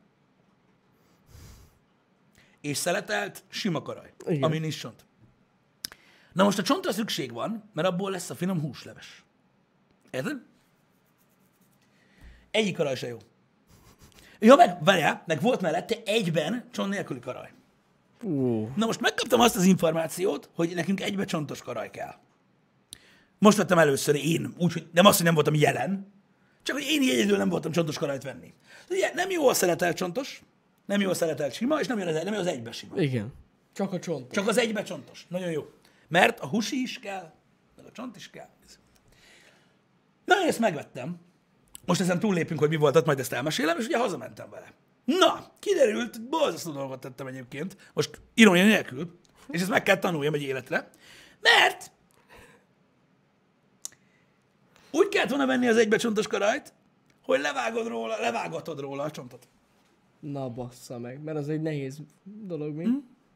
és szeletelt sima karaj, Igen. ami nincs csont. Na most a csontra szükség van, mert abból lesz a finom húsleves. Érted? Egyik karaj se jó. Ja, meg volt mellette egyben csont nélküli karaj. Na most megkaptam azt az információt, hogy nekünk egybe csontos karaj kell. Most vettem először én, úgyhogy nem azt, hogy nem voltam jelen, csak hogy én egyedül nem voltam csontos karajt venni. Ugye nem jó a szeletelt csontos, nem jó a szeletelt sima, és nem jó az egybe sima. Igen. Csak a csont. Csak az egybe csontos. Nagyon jó. Mert a husi is kell, meg a csont is kell. Na, én ezt megvettem. Most ezen túllépünk, hogy mi volt ott, majd ezt elmesélem, és ugye hazamentem vele. Na, kiderült, borzasztó dolgot tettem egyébként, most irónia nélkül, és ezt meg kell tanuljam egy életre, mert úgy kellett volna venni az egybecsontos karajt, hogy levágatod róla a csontot. Na bassza meg, mert az egy nehéz dolog, mi?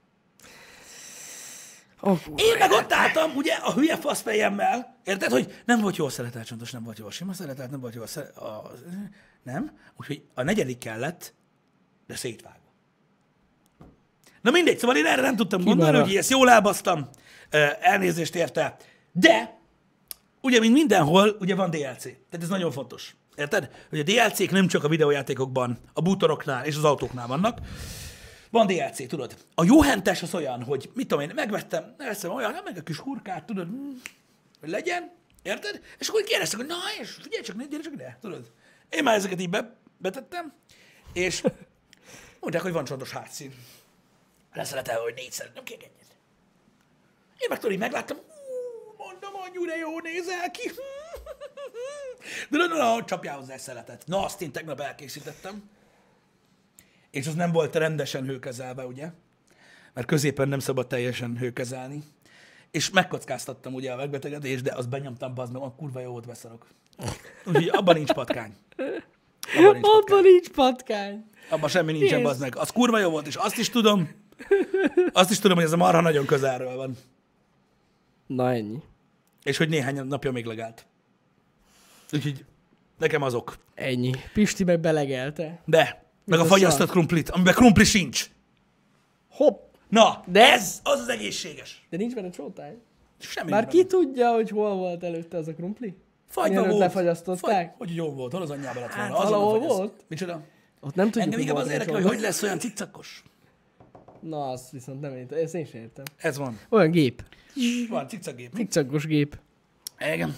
Én meg ott álltam, ugye, a hülye faszfejemmel, érted, hogy nem volt jól szeletelt csontos, nem volt jól sima szeletelt, nem volt jól nem, úgyhogy a negyedik kellett, de szétvágva. Na mindegy, szóval én erre nem tudtam gondolni, hogy ezt jól elbasztam, elnézést érte, de ugye, mint mindenhol, ugye van DLC. Tehát ez nagyon fontos. Érted? Hogy a DLC-k nem csak a videójátékokban, a bútoroknál és az autóknál vannak. Van DLC, tudod. A jó hentes az olyan, hogy mit tudom én, megvettem olyan, nem meg a kis hurkát, tudod, hogy legyen, érted? És akkor kérdeztek, hogy na, és figyelj csak, gyere csak ide, tudod. Én már ezeket így betettem, és mondják, hogy van csontos hátszín. Leszeletel, hogy 4-szer, nem kell egyet. Én meg tudod, így megláttam, mondom, anyu, de jó nézel ki. De hogy csapjál hozzá egy szeletet. Na, azt én tegnap elkészítettem. És az nem volt rendesen hőkezelve, ugye? Mert középen nem szabad teljesen hőkezelni. És megkockáztattam ugye a megbetegedést, de azt benyomtam, bazd meg, a kurva jó volt, beszarok. Úgyhogy abban nincs patkány. Abban nincs patkány. Abban semmi nincsen, bazd meg. Az kurva jó volt, és azt is tudom, hogy ez a marha nagyon közelről van. Na ennyi. És hogy néhány napja még legált. Úgyhogy nekem azok. Ennyi. Pisti meg belegelte. De. Meg a fagyasztott krumplit, amiben krumpli sincs. Hopp. Na, de ez az az egészséges. De nincs benne csótány. Semmi Már nincs ki benne. tudja, hogy hol volt előtte az a krumpli? Fagyva Mielőtt volt. lefagyasztották? Hogy jó volt, hol az anyjában lett volna. Hát, valahol volt. Micsoda? Ott nem tudjuk, Engem hogy inkább hol az volt érdekel, hogy csótány. hogy lesz olyan cicakos. Na, azt viszont nem értem. Ezt én sem értem. Ez van. Olyan gép. Van cicagép. Cikcakos gép. Igen.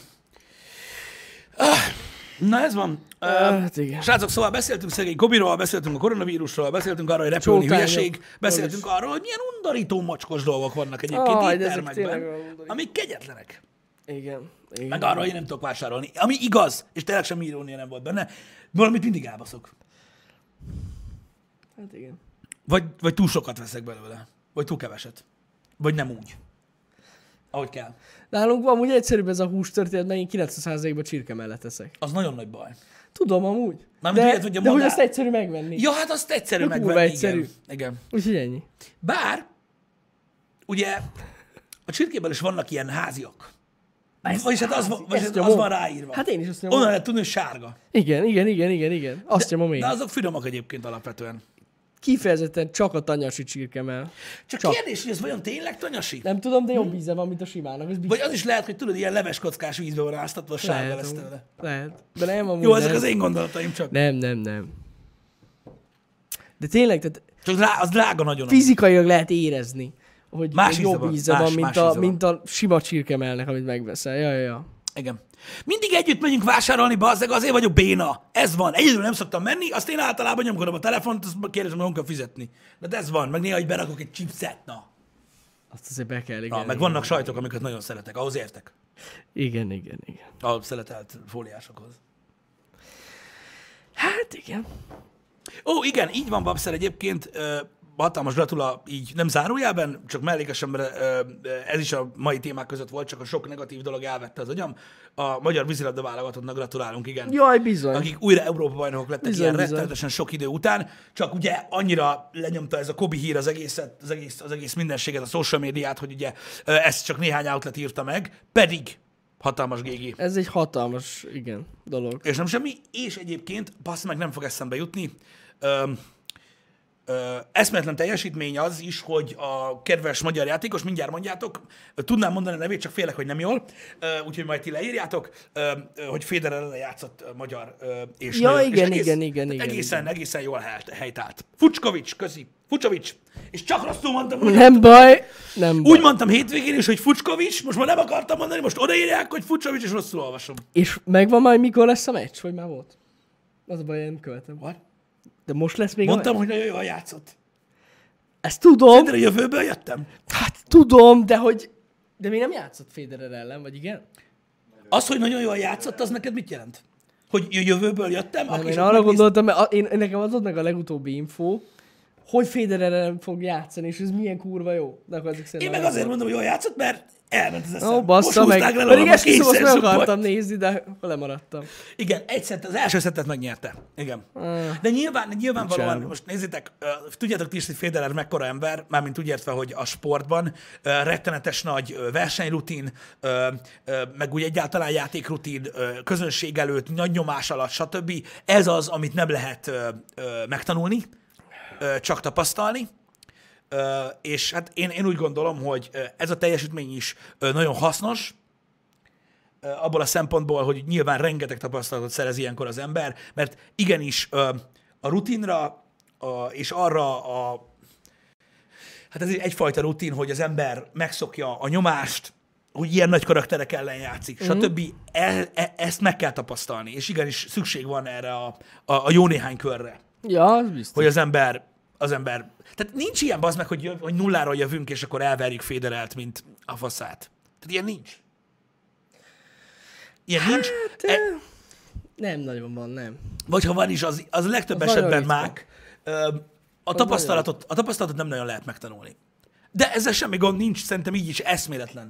Na ez van. Hát igen. Srácok, szóval beszéltünk szegény Kobiról, beszéltünk a koronavírusról, beszéltünk arról, hogy repülni Csótányok. hülyeség, beszéltünk arról, hogy milyen undorító mocskos dolgok vannak egyébként De ezek éttermekben, tényleg olyan undorító. amik kegyetlenek. Igen. Meg arról, hogy én nem tudok vásárolni. Ami igaz, és tényleg semmi irónia nem volt benne, valamit mindig elbaszok. Hát igen. Vagy túl sokat veszek belőle. Vagy túl keveset. Vagy nem úgy. Ahogy kell. Nálunk amúgy egyszerűbb ez a hústörténet, mert én 90%-ban csirke mellett eszek. Az nagyon nagy baj. Tudom amúgy. Mármint De, ilyet, hogy a de hogy madár- azt egyszerű megvenni. Ja, hát azt egyszerű De kurva megvenni. egyszerű. Igen. Igen. Úgyhogy ennyi. Bár, ugye, a csirkében is vannak ilyen háziak. Vagyis hát az, Ezt az nyomom. van ráírva. Hát én is azt nyomom. Onnan lehet tudni, hogy sárga. Igen. Azt nyomom én. De azok finomak egyébként alapvetően. Kifejezetten csak a tanyasi csirkemel. Csak Csak. kérdés, hogy ez vajon tényleg tanyasi? Nem tudom, de jobb íze van, mint a simának. Ez Vagy az is lehet, hogy tudod, ilyen leveskockás vízbe van áztatva, a sárga lesz tőle. Lehet. De nem amúgy Jó, nem. ezek az én gondolataim csak. Nem. De tényleg, tehát Csak az drága nagyon. fizikailag lehet érezni, hogy Más íze jobb van. íze Más van, íze van. mint a sima csirkemelnek, amit megveszel. Ja. Igen. Mindig együtt megyünk vásárolni, bazzeg, azért vagyok béna. Ez van. Egyedül nem szoktam menni, azt én általában nyomkodom a telefont, azt kérdezem, hogy kell fizetni. De ez van, meg néha, hogy berakok egy chipset, na. Azt azért be kell, igen. Meg vannak sajtok, amiket nagyon szeretek, ahhoz értek. Igen. A szeletelt fóliásokhoz. Hát igen. Ó, igen, így van, Babszer, egyébként hatalmas gratula így nem zárójában, csak mellékesen, mert ez is a mai témák között volt, csak a sok negatív dolog elvette az agyam. A magyar vízilabda válogatottnak gratulálunk, igen. Jaj, bizony. Akik újra Európa-bajnokok lettek Bizony, ilyen bizony. rettenetesen sok idő után, csak ugye annyira lenyomta ez a Kobi hír az egész mindenséget, a social médiát, hogy ugye ezt csak néhány outlet írta meg, pedig hatalmas gégi. Ez egy hatalmas, igen, dolog. És nem semmi, és egyébként, passz meg, nem fog eszembe jutni, eszméletlen teljesítmény az is, hogy a kedves magyar játékos, mindjárt mondjátok, tudnám mondani a nevét, csak félek, hogy nem jól, úgyhogy majd ti leírjátok, hogy Federer ellen játszott magyar, és, Ja, és igen. egészen jól helytált. Fucskovics, köszi. Fucsovics. És csak rosszul mondtam. Nem baj. Úgy mondtam hétvégén is, hogy Fucskovics, most már nem akartam mondani, most odaírják, hogy Fucsovics, és rosszul olvasom. És megvan majd, mikor lesz a meccs, vagy már volt? Az a baj, én nem követem. What? De most lesz még Mondtam, a meccs? hogy nagyon jól játszott. Ezt tudom. De a jövőből jöttem. Hát tudom, de hogy... De még nem játszott Federer ellen, vagy igen? Az, hogy nagyon jól játszott, az neked mit jelent? Hogy jövőből jöttem? Nem, én arra gondoltam, mert nekem az ott meg a legutóbbi info, hogy Federer ellen fog játszani, és ez milyen kurva jó. De akkor ezek Én szerint meg nem azért mondom, hogy jól játszott, mert elment az eszem. Ó, bassza Most meg. húzták le Pedig rólam a ezt most meg kényszerzupport. akartam nézni, de lemaradtam. Igen, az első szettet megnyerte. Igen. De nyilvánvalóan, Csinálom. most nézzétek, tudjátok ti is, hogy Federer mekkora ember, mármint úgy értve, hogy a sportban rettenetes nagy versenyrutin, meg úgy egyáltalán játékrutin, közönség előtt, nagy nyomás alatt, stb. Ez az, amit nem lehet megtanulni, csak tapasztalni. És hát én úgy gondolom, hogy ez a teljesítmény is nagyon hasznos, abból a szempontból, hogy nyilván rengeteg tapasztalatot szerez ilyenkor az ember, mert igenis a rutinra és arra hát ez egyfajta rutin, hogy az ember megszokja a nyomást, hogy ilyen nagy karakterek ellen játszik, stb. Ezt meg kell tapasztalni, és igenis szükség van erre a jó néhány körre, Ja, az biztos. hogy az ember, tehát nincs ilyen bazd meg, hogy nulláról jövünk, és akkor elverjük Federert, mint a faszát. Tehát ilyen nincs. Ilyen nincs. Nem nagyon van, nem. Vagy ha van is, az a legtöbb Az esetben nagyon mák. A tapasztalatot nem nagyon lehet megtanulni. De ezzel semmi gond nincs, szerintem így is eszméletlen.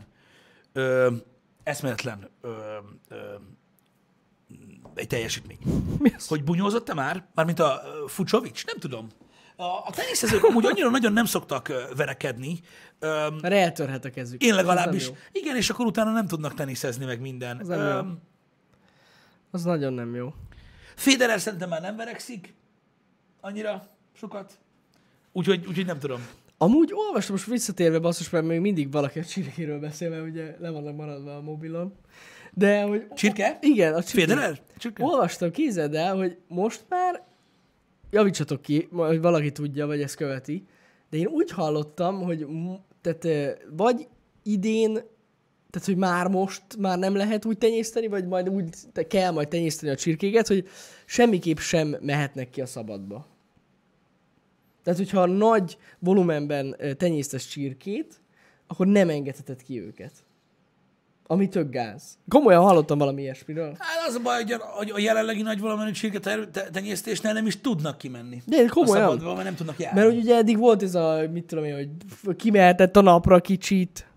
Egy teljesítmény. Mi az? Hogy bunyózott-e már? Mármint a Fucsovics? Nem tudom. A teniszezők amúgy annyira nagyon nem szoktak verekedni. Mert eltörhet a kezük. Én Ez legalábbis. nem jó. Igen, és akkor utána nem tudnak teniszezni meg minden. Az nem jó. Az nagyon nem jó. Federer szerintem már nem verekszik annyira sokat. Úgyhogy nem tudom. Amúgy olvastam, most visszatérve basszus, mert még mindig valaki a csirkéről beszél, mert ugye le vannak maradva a mobilon. De hogy... Csirke? Igen, a csirke. Federer? Csirke? Olvastam, képzeld el, hogy most már, javítsatok ki, hogy valaki tudja, vagy ezt követi, de én úgy hallottam, hogy tehát vagy idén, tehát hogy már nem lehet úgy tenyészteni, vagy majd úgy kell majd tenyészteni a csirkéket, hogy semmiképp sem mehetnek ki a szabadba. Tehát, hogyha nagy volumenben tenyésztesz csirkét, akkor nem engedheted ki őket. Ami tök gáz. Komolyan hallottam valami ilyesmiről. Hát az a baj, hogy a jelenlegi nagy valamenő csirke tenyésztésnél nem is tudnak kimenni. De komolyan. A szabadba, mert nem tudnak járni. Mert ugye eddig volt ez a, mit tudom én, hogy kimehetett a napra kicsit.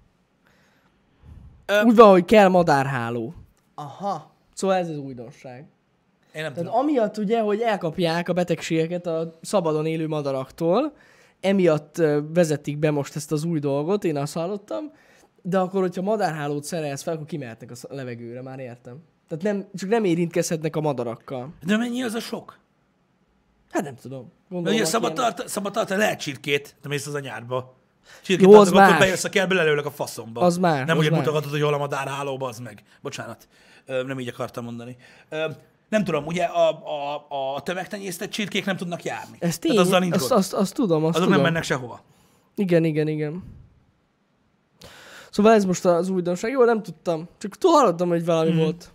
Úgy van, hogy kell madárháló. Aha. Szóval ez az újdonság. Én nem Tehát tudom. amiatt ugye, hogy elkapják a betegségeket a szabadon élő madaraktól, emiatt vezetik be most ezt az új dolgot, én azt hallottam, de akkor, hogyha madárhálót szerelsz fel, akkor kimehetnek a levegőre, már értem. Tehát csak nem érintkezhetnek a madarakkal. De mennyi az a sok? Hát nem tudom. Mert ugye Gondolom, szabad tartani lehet csirkét, te mész az a nyárba. Csirkét Jó, az tartok, akkor más. bejössz a kertbe, lelőlek a faszomba. Az más, Nem az úgy más. mutogatod, hogy hol a madárhálóba, az meg. Bocsánat, nem így akartam mondani. Nem tudom, ugye a tömegtenyésztett csirkék nem tudnak járni. Ez tény, Tehát azzal nincs gond. azt tudom, azt Azok tudom. nem mennek sehova. Igen. Szóval ez most az újdonság. Jó, nem tudtam. Csak hallottam, hogy valami volt.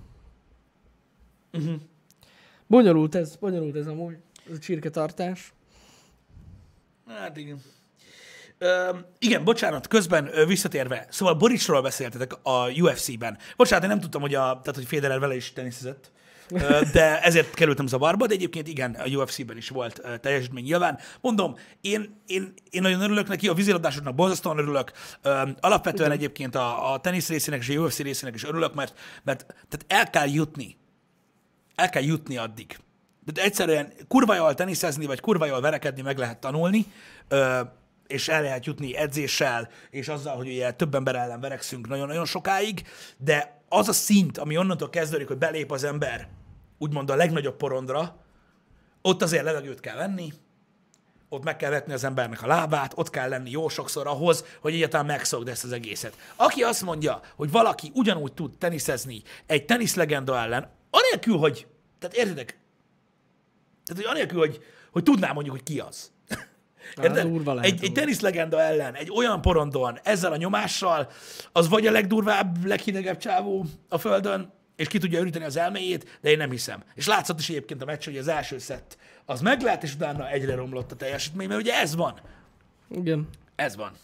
Bonyolult ez amúgy. Ez a csirketartás. Hát igen. Igen, bocsánat, közben visszatérve. Szóval Boricsról beszéltetek a UFC-ben. Bocsánat, én nem tudtam, hogy Federer vele is teniszezett. De ezért kerültem zavarba, de egyébként igen, a UFC-ben is volt teljesítmény nyilván. Mondom, én nagyon örülök neki, a vízilabdásoknak borzasztóan örülök. Alapvetően egyébként a tenisz részének és a UFC részének is örülök, mert tehát el kell jutni addig. De egyszerűen kurva jól teniszezni, vagy kurva jól verekedni meg lehet tanulni, és el lehet jutni edzéssel, és azzal, hogy ugye több ember ellen verekszünk nagyon-nagyon sokáig, de az a szint, ami onnantól kezdődik, hogy belép az ember úgymond a legnagyobb porondra, ott azért levegőt kell venni, ott meg kell vetni az embernek a lábát, ott kell lenni jó sokszor ahhoz, hogy egyáltalán megszokd ezt az egészet. Aki azt mondja, hogy valaki ugyanúgy tud teniszezni egy teniszlegenda ellen, anélkül, hogy, tehát értitek? Tehát, hogy anélkül, hogy tudná mondjuk, hogy ki az. Érted? Egy teniszlegenda ellen, egy olyan porondon, ezzel a nyomással, az vagy a legdurvább, leghidegebb csávó a földön, és ki tudja üríteni az elméjét, de én nem hiszem. És látszott is egyébként a meccs, hogy az első szett az meglett, és utána egyre romlott a teljesítmény, mert ugye ez van. Igen. Ez van.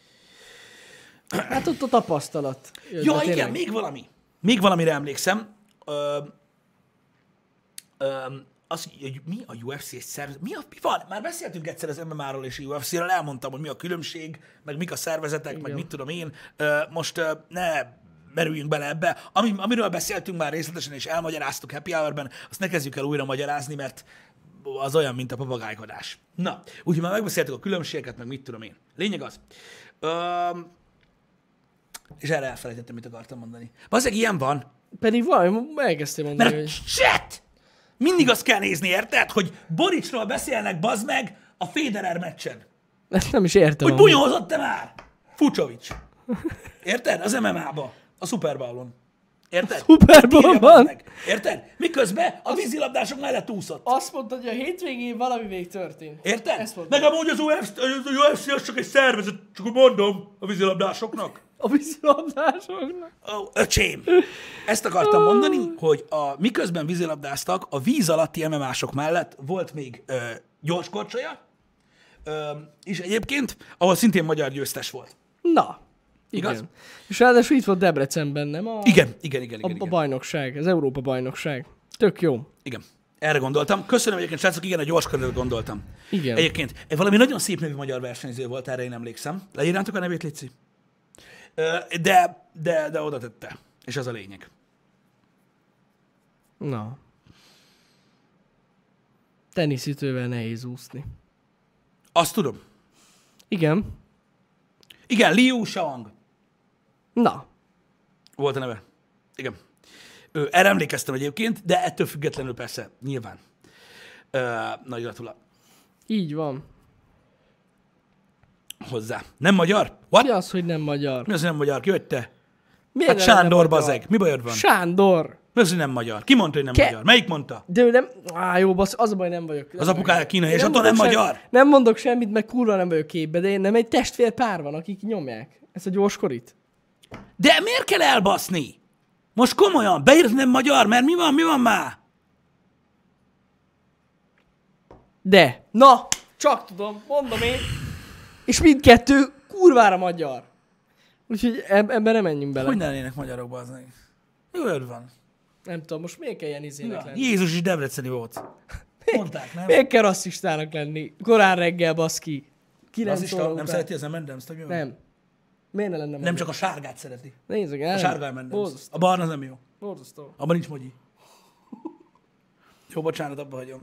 Hát ott a tapasztalat. Ja, igen, még valamire emlékszem. Az, hogy mi a UFC egy szervezet? Mi van? Már beszéltünk egyszer az MMA-ról és a UFC-ről, elmondtam, hogy mi a különbség, meg mik a szervezetek, igen, meg mit tudom én. Most ne merüljünk bele ebbe. Amiről beszéltünk már részletesen és elmagyaráztuk Happy Hour-ben, azt ne kezdjük el újra magyarázni, mert az olyan, mint a papagájkodás. Na, úgyhogy már megbeszéltük a különbségeket, meg mit tudom én. Lényeg az. És erre elfelejtettem, mit akartam mondani. Valószínűleg ilyen van. Pedig valami elkezdtél mondani, mert shit! Mindig azt kell nézni, érted? Hogy Boricsról beszélnek, bazd meg, a Federer meccsen. Ezt nem is értem. Hogy bunyózott-e már? Fucsovics. Érted? Az MMA-ba. A Super Bowl-on. Érted? Super Bowl-ban? Érted? Miközben a vízilabdások mellett úszott. Azt mondta, hogy a hétvégén valami még történt. Érted? Meg amúgy az UFC az csak egy szervezet, csak úgy mondom a vízilabdásoknak. A vízilabdásoknak? Öcsém! Ezt akartam mondani, hogy miközben vízilabdáztak, a víz alatti MMA-sok mellett volt még gyorskorcsolya, és egyébként, ahol szintén magyar győztes volt. Na, igaz? Igen. És ráadásul itt volt Debrecenben, nem? Igen. A bajnokság, az Európa bajnokság. Tök jó. Igen. Erre gondoltam. Köszönöm egyébként, srácok, igen, a gyorskörről gondoltam. Igen. Egyébként valami nagyon szép nevű magyar versenyző volt, erre én emlékszem. Leírjátok a nevét, Lici? De oda tette. És az a lényeg. Na. Teniszütővel nehéz úszni. Azt tudom. Igen. Igen, Liu Shaoang. Na. Volt a neve. Igen. Erre emlékeztem egyébként, de ettől függetlenül persze, nyilván. Nagy gratula. Így van. Hozzá. Nem magyar? What? Mi az, hogy nem magyar? Mi az, hogy nem magyar? Ki vagy te? Miért hát Sándor, bazeg. Mi bajod van? Sándor. Mi az, hogy nem magyar? Ki mondta, hogy nem magyar? Melyik mondta? De ő nem... Jó, basz, az a baj, nem vagyok. Az apukája kínai, és attól nem magyar? Nem mondok semmit, meg kurva nem vagyok képbe, de én nem egy testvér pár van, akik nyomják ezt a gyorskorit. De miért kell elbaszni? Most komolyan, beírt nem magyar, mert mi van már? De, na, csak tudom, mondom én. És mindkettő kurvára magyar. Úgyhogy ebben nem menjünk bele. Hogy ne lennének magyarok, bazdmeg? Mi olyan van? Nem tudom, most miért kell ilyen izének lenni? Jézus is debreceni volt. Mondták, nem? Miért kell rasszistának lenni? Korán reggel, baszki. Rasszista? Nem szereti az M&M's-t? Nem. Miért ne lenne magyar? Nem csak a sárgát szereti. Nézzük el. A sárga M&M's. A barna nem jó. Borzasztó. Abban nincs mogyi. Jó, bocsánat, abba hagyom.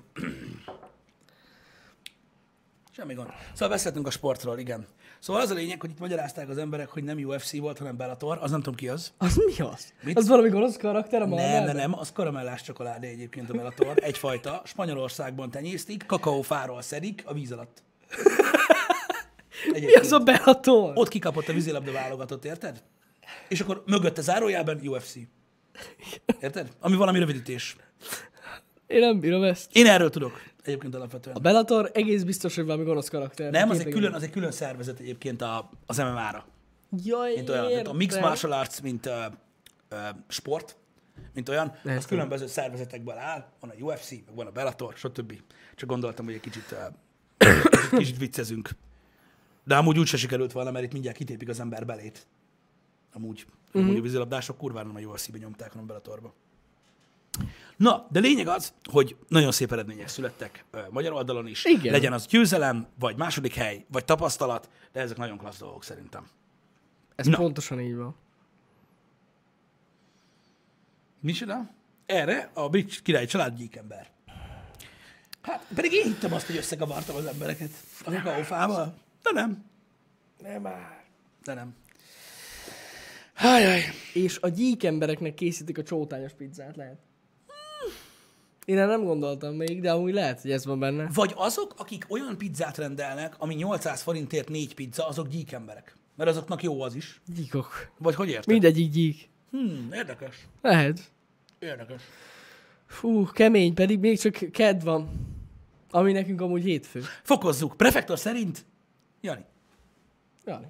Semmi gond. Szóval beszéltünk a sportról, igen. Szóval az a lényeg, hogy itt magyarázták az emberek, hogy nem UFC volt, hanem Bellator. Az nem tudom ki az. Az mi az? Mit? Az valami gonosz karakter a Marvelben? Nem. Az karamellás csokoládé egyébként a Bellator. Egyfajta. Spanyolországban tenyésztik, kakaófáról szedik a víz alatt. Mi az a Bellator? Ott kikapott a vízilabda válogatott, érted? És akkor mögötte zárójában UFC. Érted? Ami valami rövidítés. Én nem bírom ezt. Én erről tudok egyébként alapvetően. A Bellator egész biztos, hogy valami gonosz karakter. Nem, az egy külön szervezet egyébként az MMA-ra. Jaj, mint olyan. Tehát a Mixed Martial Arts, mint sport, mint olyan, az különböző szervezetekből áll. Van a UFC, meg van a Bellator, stb. Csak gondoltam, hogy egy kicsit viccezünk. De amúgy úgyse sikerült volna, mert itt mindjárt kitépik az ember belét. Amúgy a vízilabdások kurvára nem a UFC-be nyomták, hanem a Bellatorba. Na, de lényeg az, hogy nagyon szép eredmények születtek magyar oldalon is. Igen. Legyen az győzelem, vagy második hely, vagy tapasztalat, de ezek nagyon klassz dolgok szerintem. Ez Na. pontosan így van. Micsoda? Erre a brit királyi család gyíkember. Hát, pedig én hittem azt, hogy összekavartam az embereket a kakaófával. De nem. Nem már. De nem. Hájjaj. És a gyík embereknek készítik a csótányos pizzát, lehet? Én erre nem gondoltam még, de amúgy lehet, hogy ez van benne. Vagy azok, akik olyan pizzát rendelnek, ami 800 forintért 4 pizza, azok gyíkemberek. Mert azoknak jó az is. Gyíkok. Vagy hogy érted? Mindegyik gyík. Érdekes. Lehet. Érdekes. Fú, kemény, pedig még csak kedd van. Ami nekünk amúgy hétfő. Fokozzuk. Prefektor szerint Jani. Jani.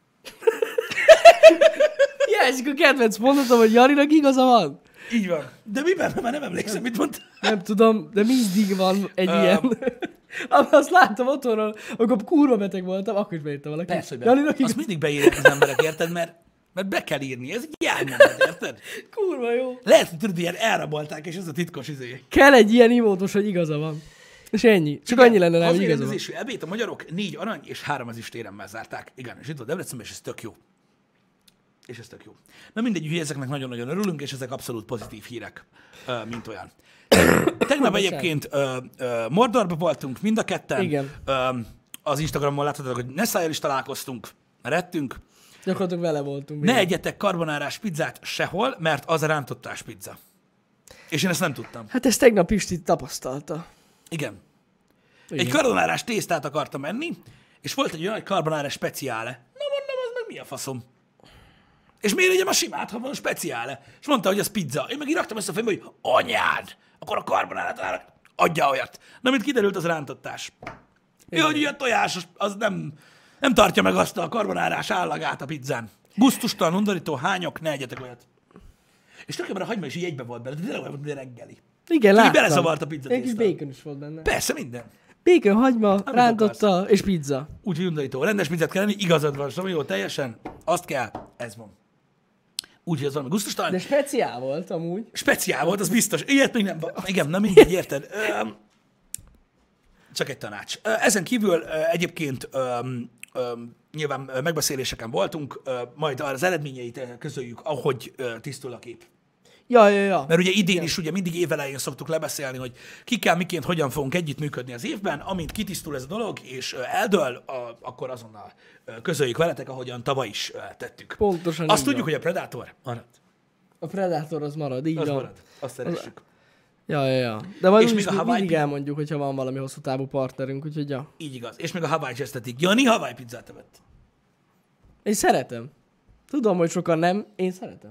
Jelzik a kedvenc mondatom, hogy Janinak igaza van. Így van. De miben? Már nem emlékszem, mit mondta. Nem tudom, de mindig van egy ilyen. Azt láttam otthonról, amikor kurva beteg voltam, akkor is beírta valaki. Persze, hogy Janinak azt igaz... mindig beírják az emberek, érted? Mert be kell írni. Ez egy jármondat, érted? Kurva jó. Lehet, hogy tudod, ilyen elrabolták, és ez a titkos izé. Kell egy ilyen imótos, hogy igaza van. És ennyi. Csak annyi lenne rá, hogy igaza van. Hazai ebéd a magyarok 4 arany és 3 ezüstéremmel zárták. Igen, és itt volt Debrecenben, és ez tök jó. És ez tök jó. Na mindegy, hogy ezeknek nagyon-nagyon örülünk, és ezek abszolút pozitív hírek, mint olyan. Tegnap egyébként Mordorba voltunk mind a ketten. Igen. Az Instagramon láthatod, hogy Nessájjal is találkoztunk, rettünk. Gyakorlatilag vele voltunk. Ne egyetek karbonárás pizzát sehol, mert az rántottás pizza. És én ezt nem tudtam. Hát ezt tegnap Pisti tapasztalta. Igen. Igen. Egy karbonárás tésztát akartam enni, és volt egy olyan, hogy karbonárás speciále. Na mondom, az meg mi a faszom? És miért egyem a simát, ha van speciále? És mondta, hogy az pizza. Én meg így raktam ezt a fejembe, hogy anyád, akkor a karbonárát adja olyat. Na, mint kiderült, az rántottás. Jó, hogy ilyen tojás, az nem tartja meg azt a karbonárás állagát a pizzán. Gusztustalan, undorító, hányok, ne egyetek olyat. És tökéletesen a hagyma is így egybe volt bele, de tényleg olyan volt, mint reggeli. Igen, Csak így láttam. beleszavart a pizza Egy kis tészta. bacon is volt benne. Persze, minden. Bacon, hagyma, rántotta és pizza. Úgyhogy undorító. Rendes pizzát kell enni, igazad van, Somi, jó, teljesen. Azt kell, ez van. Úgyhogy az valami gusztustalan. De speciál volt amúgy. Speciál volt, az biztos. Ilyet még nem. Igen, na mindegy, érted? Csak egy tanács. Ezen kívül egyébként nyilván megbeszéléseken voltunk, majd az eredményeit közöljük, ahogy tisztul a kép. Ja. Mert ugye idén is ugye mindig évelején szoktuk lebeszélni, hogy kikkel, miként, hogyan fogunk együttműködni az évben, amint kitisztul ez a dolog, és eldől, akkor azonnal közöljük veletek, ahogyan tavaly is tettük. Pontosan Azt így tudjuk, van. hogy a Predator marad. A Predator az marad, így Az van. marad. Azt szeressük. Ja. De majd És úgyis még a még Hawaii mindig elmondjuk, hogyha van valami hosszú távú partnerünk, úgyhogy ja. Így igaz. És még a Hawaii Jazz-etik. Jani Hawaii pizzát evett. Én szeretem. Tudom, hogy sokan nem, én szeretem.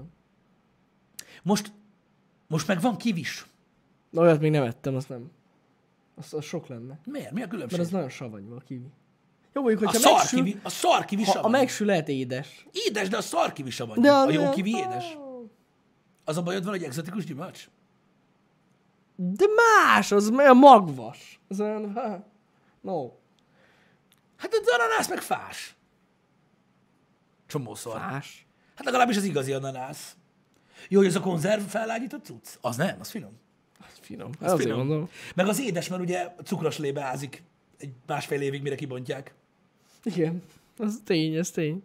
Most meg van kivis. Olyat még nem ettem, azt nem. Az sok lenne. Miért? Mi a különbség? Mert az nagyon savanyú a kiwi. Jó, mondjuk, A hogyha megsül, szarkivi ha a savanyú. megsül lehet édes. Édes, de a szarkivi savanyú. De A jó kivi édes. Az a bajod van, hogy egzotikus gyümölcs? De más, az olyan magvas. Az olyan, no. Hát az ananász meg fás. Csomószor. Fás. Hát legalábbis az igazi ananász. Jó, hogy ez a konzerv fellágyított cucc? Az nem, az finom. Az finom. Az Azért finom. mondom. Meg az édes, mert ugye cukros lébe ázik egy másfél évig, mire kibontják. Igen. Az tény, ez tény.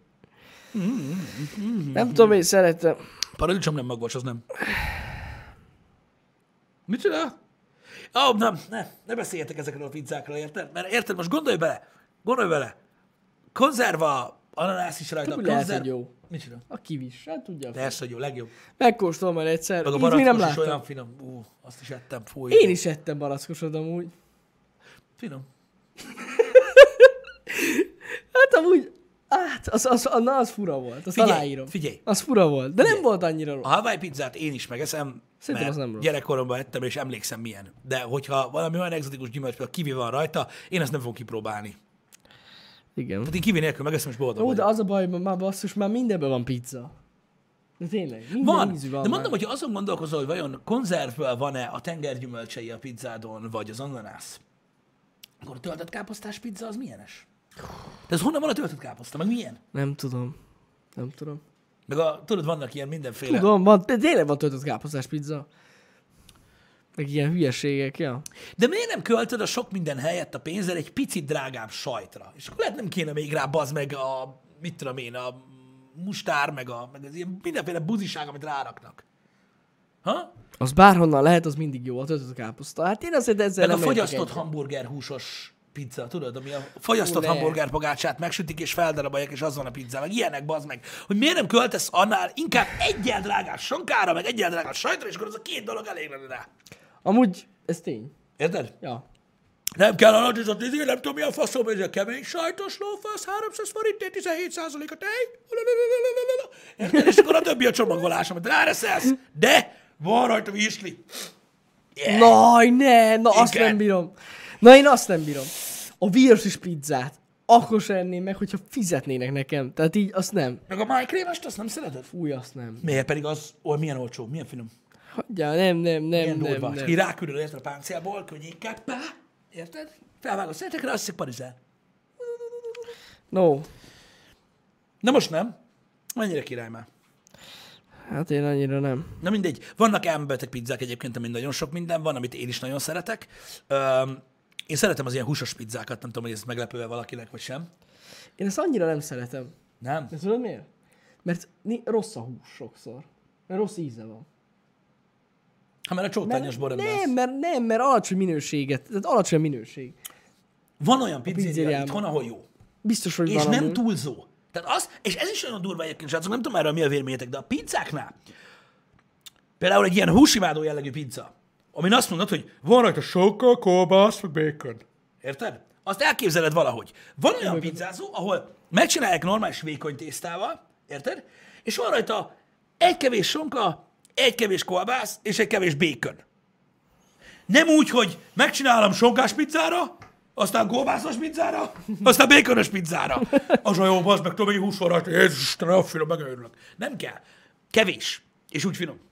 Nem tudom, én szeretem. Paradicsom nem magvas, az nem. Mit csinál? Ne beszéljetek ezekről a pizzákról, érted? Mert érted, most gondolj bele. Konzerva, ananász is rajta. Úgy lehet, hogy jó. Mit csinál? A kivis, hát tudja. Persze, hogy jó, legjobb. Megkóstolom majd egyszer. Meg a Így még nem barackos is láttam. olyan finom. Azt is ettem. Fúj. Én is ettem barackosod amúgy. Finom. Hát amúgy, az fura volt. Azt aláírom. Figyelj. Az fura volt. De nem volt annyira rossz. A Hawaii pizzát én is megeszem, Szerintem az mert nem rossz. gyerekkoromban ettem, és emlékszem milyen. De hogyha valami olyan egzotikus gyümölcs, például kiwi van rajta, én ezt nem fogom kipróbálni. Igen. Hát én kiwi nélkül megeszem, és boldog Ó, vagyok. de az a baj, már basszus, már mindenben van pizza. De tényleg, minden Van, ízű van de már. mondom, hogy azon gondolkozol, hogy vajon konzervből van-e a tengergyümölcsei a pizzádon, vagy az ananász. Akkor a töltött káposztás pizza az milyenes? De ez honnan van a töltött káposzta, meg milyen? Nem tudom. Meg tudod, vannak ilyen mindenféle... Tudom, van, de tényleg van töltött káposztás pizza. Meg ilyen hülyeségek, ja. De miért nem költöd a sok minden helyett a pénzzel egy picit drágább sajtra? És akkor lehet nem kéne még rá bazd meg a, mit tudom én, a mustár, meg az ilyen mindenféle buziság, amit ráraknak. Ha? Az bárhonnan lehet, az mindig jó, a töltött káposzta. Hát én azért ezzel Meg a nem értek fogyasztott egyet. hamburger húsos pizza, tudod, ami a fogyasztott Ne. hamburger pogácsát megsütik és feldarabolják, és az van a pizza, meg ilyenek, bazd meg. Hogy miért nem költesz annál inkább egyel drágább sonkára, meg egyel drágább sajtra, és akkor az a két dolog elég lenne rá. Amúgy, ez tény. Érted? Ja. Nem kell alacsony, nem tudom, mi a faszom, ez a kemény sajtos lófasz, 300 forintért, 17% a tej. Érted? És akkor a többi a csomagolás, amit ráreszelsz. De van rajta virsli. Yeah. Na, azt Igen. nem bírom. Na, én azt nem bírom. A virslis pizzát. Akkor sem enném meg, hogyha fizetnének nekem. Tehát így azt nem. Meg a májkrémest, azt nem szereted? Fúj, azt nem. Miért pedig az, milyen olcsó, milyen finom. Hagyjál, nem. Milyen durva. Ki ráküldöd érted a páncélból, könnyékkel, pá, érted? Felvágod szeretekre, azt szik parizál. No. Na most nem. Mennyire király már. Hát én annyira nem. Na mindegy. Vannak elmebeteg pizzák egyébként, ami nagyon sok minden van, amit én is nagyon szeretek. Én szeretem az ilyen húsos pizzákat, nem tudom, hogy ez meglepő valakinek, vagy sem. Én ezt annyira nem szeretem. Nem? De tudod miért? Mert rossz a hús sokszor. Mert rossz íze van. Ha már a csótányos borember. Mert alacsony minőséget. Tehát alacsony minőség. Van olyan pizzéria pizzériában. itthon, ahol jó. Biztos, hogy És van nem amúgy. túlzó. Tehát az, és ez is olyan durva egyébként, srácok, nem tudom erről mi a véleményetek, de a pizzáknál, például egy ilyen húsimádó jellegű pizza, amin azt mondod, hogy van rajta sokkal kolbász, meg bacon. Érted? Azt elképzeled valahogy. Van olyan pizzázó, ahol megcsinálják normális vékony tésztával, érted? És van rajta egy kevés sonka, egy kevés kolbász és egy kevés bacon. Nem úgy, hogy megcsinálom sonkás pizzára, aztán kolbászos pizzára, aztán békönös pizzára. Az a jó, bazd meg, tudom, hogy 20 van rajta. Jézus Isten, olyan finom, megőrülök. Nem kell. Kevés. És úgy finom.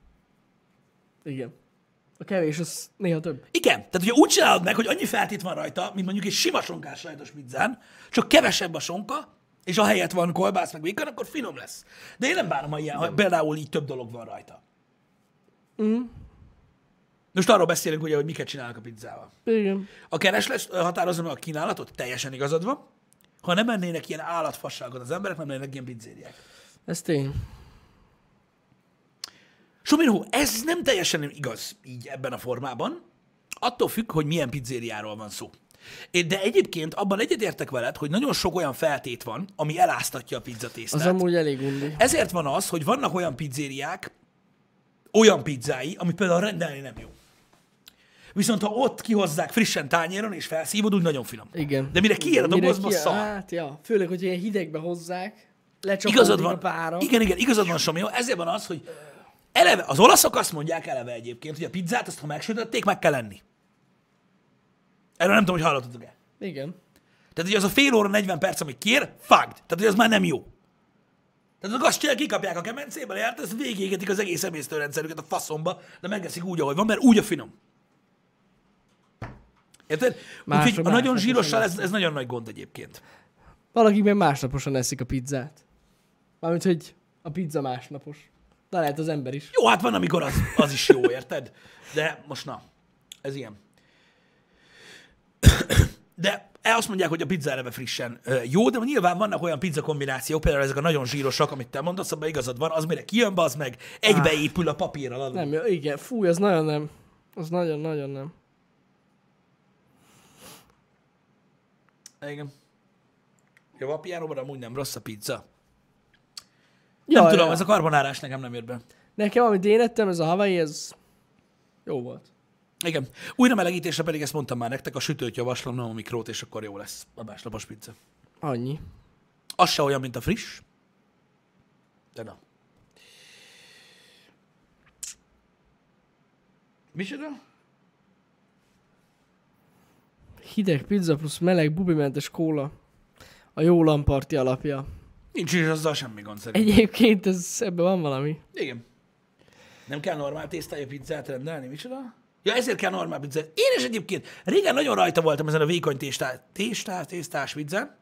Igen. A kevés, az néha több. Igen. Tehát, hogyha úgy csinálod meg, hogy annyi feltét van rajta, mint mondjuk egy sima sonkás sajtos pizzán, csak kevesebb a sonka, és ahelyett van kolbász meg békön, akkor finom lesz. De én nem bánom, ha ilyen, ha például így több dolog van rajta. Most arról beszélünk ugye, hogy miket csinálnak a pizzával. Igen. A kereslet határozza meg a kínálatot, teljesen igazad van. Ha nem ennének ilyen állatfasságot az emberek, nem lennének ilyen pizzériák. Ez tény. Sominó, ez nem teljesen igaz így ebben a formában. Attól függ, hogy milyen pizzériáról van szó. De egyébként abban egyetértek veled, hogy nagyon sok olyan feltét van, ami eláztatja a pizzatésztát. Az amúgy elég undi. Ezért van az, hogy vannak olyan pizzériák, olyan pizzái, ami például rendelni nem jó. Viszont ha ott kihozzák frissen tányéron és felszívod, úgy nagyon finom. Igen. De mire kiér a dobozba, szar. Hát, ja. Főleg, hogy ilyen hidegbe hozzák, Igazad lecsapódik a van. pára. Igen, igazad van, Somi. Ezért van az, hogy eleve, az olaszok azt mondják eleve egyébként, hogy a pizzát, azt ha megsütötték, meg kell enni. Erről nem tudom, hogy hallottatok-e. Igen. Tehát, hogy az a fél óra, 40 perc, amíg kér, fagd. Tehát, hogy az már nem jó. Tehát azok azt csinálják, kikapják a kemencéből, érted? Ezt végégetik az egész emésztőrendszerüket a faszomba, de megeszik úgy, ahogy van, mert úgy a finom. Érted? Úgyhogy a nagyon zsírossal ez nagyon nagy gond egyébként. Valaki meg másnaposan eszik a pizzát. Mármint, hogy a pizza másnapos. De lehet az ember is. Jó, hát van, amikor az is jó, érted? De most na, ez ilyen. De azt mondják, hogy a pizza eleve frissen jó, de nyilván vannak olyan pizza kombinációk, például ezek a nagyon zsírosak, amit te mondasz, abban igazad van, az mire kijön, az meg egybeépül a papírral alul. Nem, igen, fúj, az nagyon nem. Az nagyon-nagyon nem. Igen. Jó, a piánóban amúgy nem rossz a pizza. Ja, Nem tudom, ja. ez a karbonárás nekem nem jött be. Nekem, amit én ettem, ez a Hawaii, ez jó volt. Igen. Újra melegítésre pedig ezt mondtam már nektek, a sütőt javaslom, nem a mikrót, és akkor jó lesz a másnapos pizza. Annyi. Az se olyan, mint a friss. De na. Micsoda? Hideg pizza plusz meleg bubimentes kóla. A jó lamparti alapja. Nincs is azzal semmi gond szerintem. Egyébként ebben van valami. Igen. Nem kell normál tésztájú pizzát rendelni, micsoda? Ja, ezért kell normál pizzát. Én is egyébként régen nagyon rajta voltam ezen a vékony tésztás pizzán.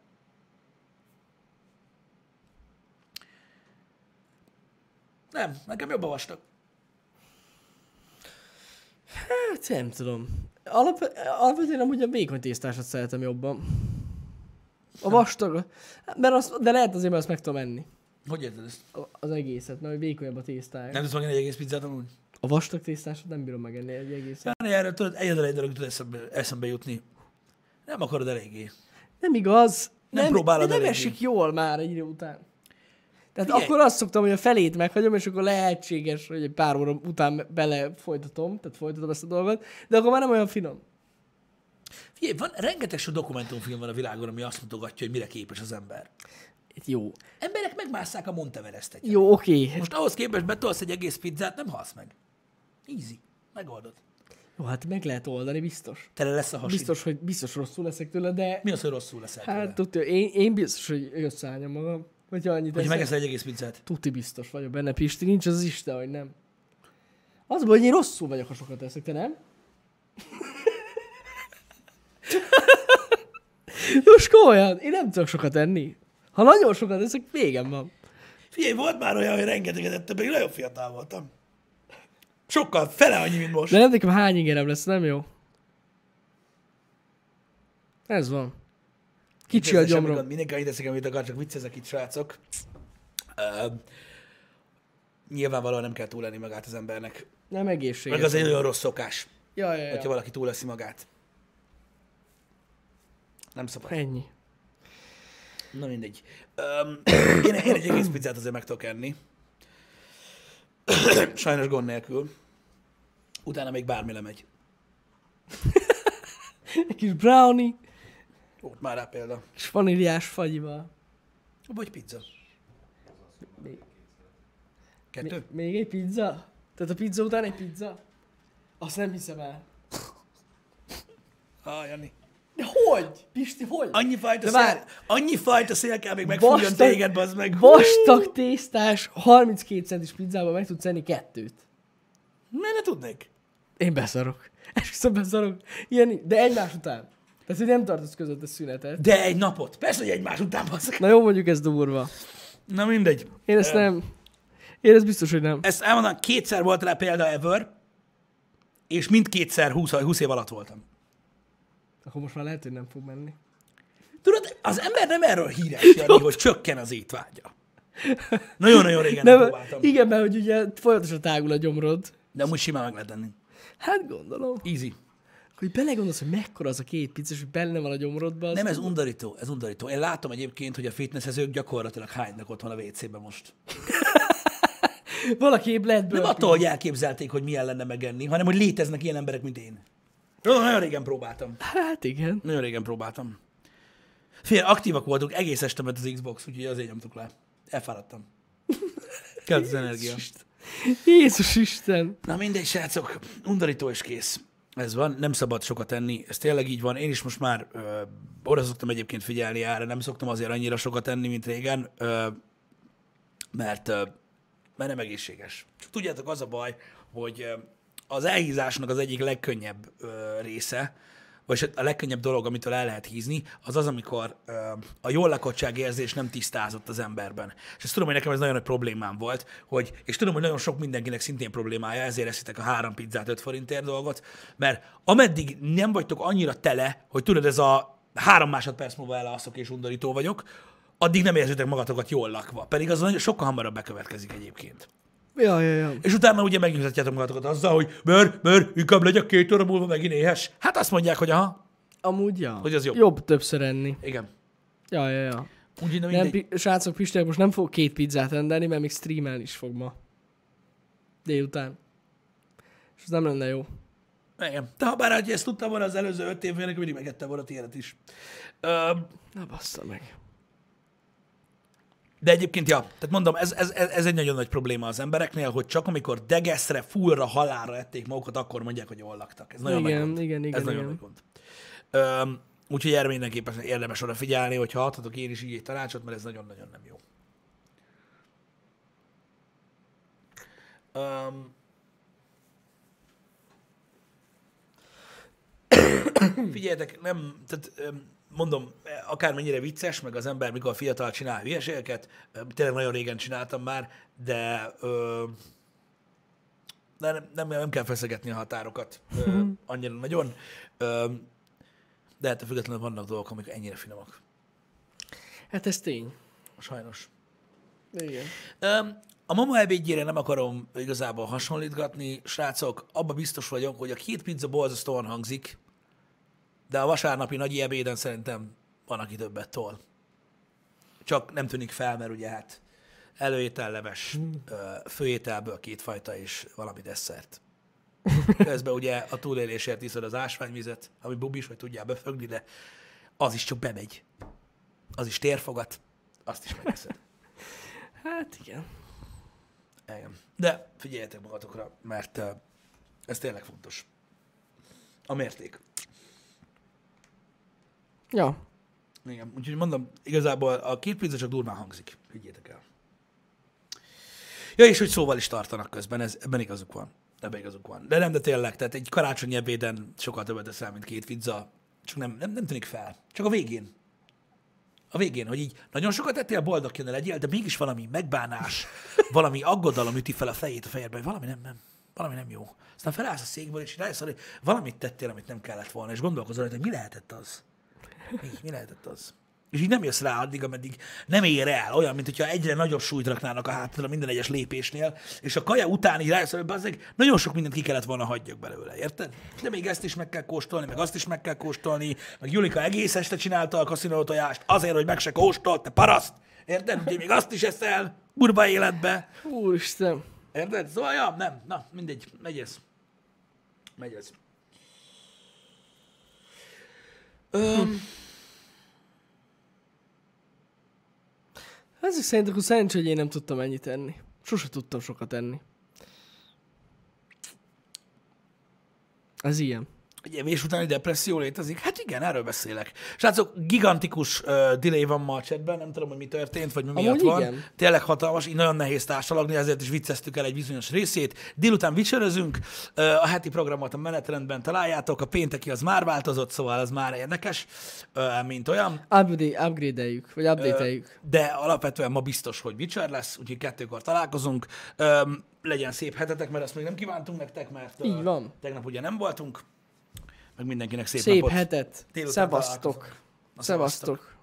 Nem, nekem jobb a vastag. Hát nem tudom. Alapvetően amúgy a vékony tésztásat szeretem jobban. A vastag, de lehet azért, mert azt meg tudom enni. Hogy érted ezt? Az egészet, mert vékonyabb a tésztája. Nem tudsz megenni egy egész pizzát amúgy? A vastag tésztásat nem bírom megenni egy egészet. Hát, erről tudod, egyedül egy dolog tud eszembe jutni. Nem akarod eléggé. Nem igaz. Nem próbálod nem eléggé. esik jól már egy idő után. Tehát Figyelj. akkor azt szoktam, hogy a felét meghagyom, és akkor lehetséges, hogy egy pár óra után bele folytatom ezt a dolgot, de akkor már nem olyan finom. Figyelj, van rengeteg sok dokumentumfilm van a világon, ami azt mutogatja, hogy mire képes az ember. Jó. Emberek megmásszák a Monteverestet. Jó, oké. Most ahhoz képest betolsz egy egész pizzát, nem halsz meg. Easy. Megoldod. Jó, hát meg lehet oldani, biztos. Tele lesz a hasi. Biztos rosszul leszek tőle, de Mi az, hogy rosszul leszel tőle? hát tudja, én biztos, hogy összeállnyom magam. Hogyha annyit Hogy eszek, megeszel egy egész pizzát. tuti biztos vagyok benne, Pisti, nincs az Isten, hogy nem. Az a baj, hogy én rosszul vagyok, ha sokat eszek, te nem? Most komolyan, én nem tudok sokat enni. Ha nagyon sokat eszek, végem van. Figyelj, volt már olyan, hogy rengeteget ettem, pedig nagyon fiatal voltam. Sokkal fele annyi, mint most. De nem nekem hány ingerem lesz, nem jó? Ez van. Kicsi a Semmi gyomrom. gond, mindenki annyit eszik, amit akar, csak viccezek itt, srácok. Nyilvánvalóan nem kell túlenni magát az embernek. Nem egészséges. Meg az egy olyan rossz szokás, Ja. hogyha valaki túleszi magát. Nem szabad. Ennyi. Na mindegy. Én egy egész pizzát azért meg tudok enni. Sajnos gond nélkül. Utána még bármi lemegy. Egy kis brownie, Volt már rá példa. kis vaníliás fagyival. Vagy pizza. Még, Kettő? még egy pizza? Tehát a pizza után egy pizza? Azt nem hiszem el. Jani. De hogy? Pisti, hogy? Annyi fajta szél kell még megfújjon Vastag- téged, bazd meg. Vastag tésztás, 32 centis pizzában meg tudsz enni 2. Miért ne tudnék? Én beszarok. Esküszöm beszarok. Ilyen, de egymás után. Tehát, hogy nem tartasz között szünetet. De egy napot. Persze, hogy egymás után basszak. Na jó, mondjuk ez durva. Na mindegy. Én ezt nem. Én ezt biztos, hogy nem. Ezt elmondom, kétszer volt rá példa ever, és mindkétszer 20 év alatt voltam. Akkor most már lehet, hogy nem fog menni. Tudod, az ember nem erről híres, Jani, hogy csökken az étvágya. Nagyon-nagyon régen nem próbáltam. Igen, mert hogy ugye folyamatosan tágul a gyomrod. De amúgy simán meg lehet tenni. Hát gondolom. Easy. Hogy belegondolsz, hogy mekkora az a két pizza, és hogy benne van a gyomrodban. Nem, ez undorító, ez undorító. Én látom egyébként, hogy a fitnessezők gyakorlatilag hánynak otthon a WC-ben most. Valaképp lehet Nem burpee. attól, hogy elképzelték, hogy milyen lenne megenni, hanem hogy léteznek ilyen emberek, mint én. Nagyon régen próbáltam. Hát igen. Nagyon régen próbáltam. Figyelj, aktívak voltunk, egész este ment az Xbox, úgyhogy azért nyomtuk le. Elfáradtam. Kellett az energia. Jézus Isten. Na mindegy, srácok, undorító és kész. Ez van, nem szabad sokat enni, ez tényleg így van. Én is most már oda szoktam egyébként figyelni erre, nem szoktam azért annyira sokat enni, mint régen, mert nem egészséges. Csak tudjátok, az a baj, hogy az elhízásnak az egyik legkönnyebb része, vagy a legkönnyebb dolog, amitől el lehet hízni, az az, amikor a jól lakottság érzés nem tisztázott az emberben. És ezt tudom, hogy nekem ez nagyon nagy problémám volt, és tudom, hogy nagyon sok mindenkinek szintén problémája, ezért eszitek a 3 pizzát 5 forintért dolgot, mert ameddig nem vagytok annyira tele, hogy tudod, ez a 3 másodperc múlva elalszok és undorító vagyok, addig nem érzitek magatokat jól lakva. Pedig az sokkal hamarabb bekövetkezik egyébként. Ja. És utána ugye megnyugtatjátok magatokat azzal, hogy mert inkább legyek 2 óra múlva megint éhes. Hát azt mondják, hogy aha, Amúgy ja. hogy az jobb. Jobb többször enni. Igen. Ja. Úgyhogy nem Nem, mindegy. srácok, Pisti most nem fog 2 pizzát rendelni, mert még streamelni is fog ma. Délután. És ez nem lenne jó. Igen. De ha bár, hogy ezt tudtam volna az előző 5 évben, akkor mindig megettem volna a tiédet is. Na bassza meg. De egyébként, ja, tehát mondom, ez egy nagyon nagy probléma az embereknél, hogy csak amikor degeszre, fullra, halálra ették magukat, akkor mondják, hogy jól laktak. Ez nagyon nagy gond. Igen. Ez nagyon nagy gond. Úgyhogy erre mindenképpen érdemes odafigyelni, hogyha adhatok én is így egy tanácsot, mert ez nagyon-nagyon nem jó. Figyeljetek, nem, tehát mondom, akármennyire vicces, meg az ember mikor fiatal csinál hülyeségeket, tényleg nagyon régen csináltam már, de nem kell feszegetni a határokat annyira nagyon, de hát függetlenül vannak dolgok, amik ennyire finomak. Hát ez tény. Sajnos. Igen. A mama ebédjére nem akarom igazából hasonlítgatni, srácok, abba biztos vagyok, hogy a 2 pizza borzasztóan hangzik, de a vasárnapi nagy ebéden szerintem van, aki többet tol. Csak nem tűnik fel, mert ugye hát előételleves, főételből 2 fajta és valami desszert. Közben ugye a túlélésért iszod az ásványvizet, ami bubis, hogy tudjál befögni, de az is csak bemegy. Az is térfogat, azt is megeszed. Hát igen. Igen. De figyeljetek magatokra, mert ez tényleg fontos. A mérték. Ja. Igen, úgyhogy mondom, igazából a 2 pizza csak durván hangzik. Higgyétek el. Ja, és hogy szóval is tartanak közben, ebben igazuk van. Ebben igazuk van. De tényleg, tehát egy karácsonyi ebéden sokkal többet eszel, mint 2 pizza, csak nem tűnik fel. Csak a végén. A végén, hogy így nagyon sokat ettél, boldog kéne legyél, de mégis valami megbánás, valami aggodalom üti fel a fejét a fejedbe, hogy valami nem jó. Aztán felállsz a székből, és rájössz, hogy valamit tettél, amit nem kellett volna, és gondolkozol, hogy mi lehetett az? Mi lehetett az? És így nem jössz rá addig, ameddig nem ér el, olyan, mint hogyha egyre nagyobb súlyt raknának a hátadra minden egyes lépésnél, és a kaja után így rájössz, hogy bazzeg, nagyon sok mindent ki kellett volna hagyjak belőle, érted? De még ezt is meg kell kóstolni, meg azt is meg kell kóstolni, meg Julika egész este csinálta a kaszinó tojást azért, hogy meg se kóstolt, te paraszt! Érted? Ugye még azt is eszel, burba életbe. Úristen. Érted? Szóval, ja, nem, na, mindegy, megy ez. Ez is szerintem szerencsé, hogy én nem tudtam ennyit enni. Sose tudtam sokat enni. Ez ilyen. Egy evés utáni depresszió létezik? Hát igen, erről beszélek. Srácok, gigantikus delay van ma a chatben, nem tudom, hogy mi történt, vagy mi miatt van. Igen. Tényleg hatalmas, így nagyon nehéz társalogni, ezért is vicceztük el egy bizonyos részét. Délután vicsörözünk, a heti programot a menetrendben találjátok, a pénteki az már változott, szóval az már érdekes, mint olyan. Upgrade-eljük, vagy update-eljük. De alapvetően ma biztos, hogy vicsör lesz, úgyhogy 2-kor találkozunk. Legyen szép hetetek, mert azt még nem kívántunk nektek, mert Így van. tegnap ugye nem voltunk. Meg mindenkinek szép Szép napot. hetet. Délután Szevasztok. találkozunk. Szevasztok.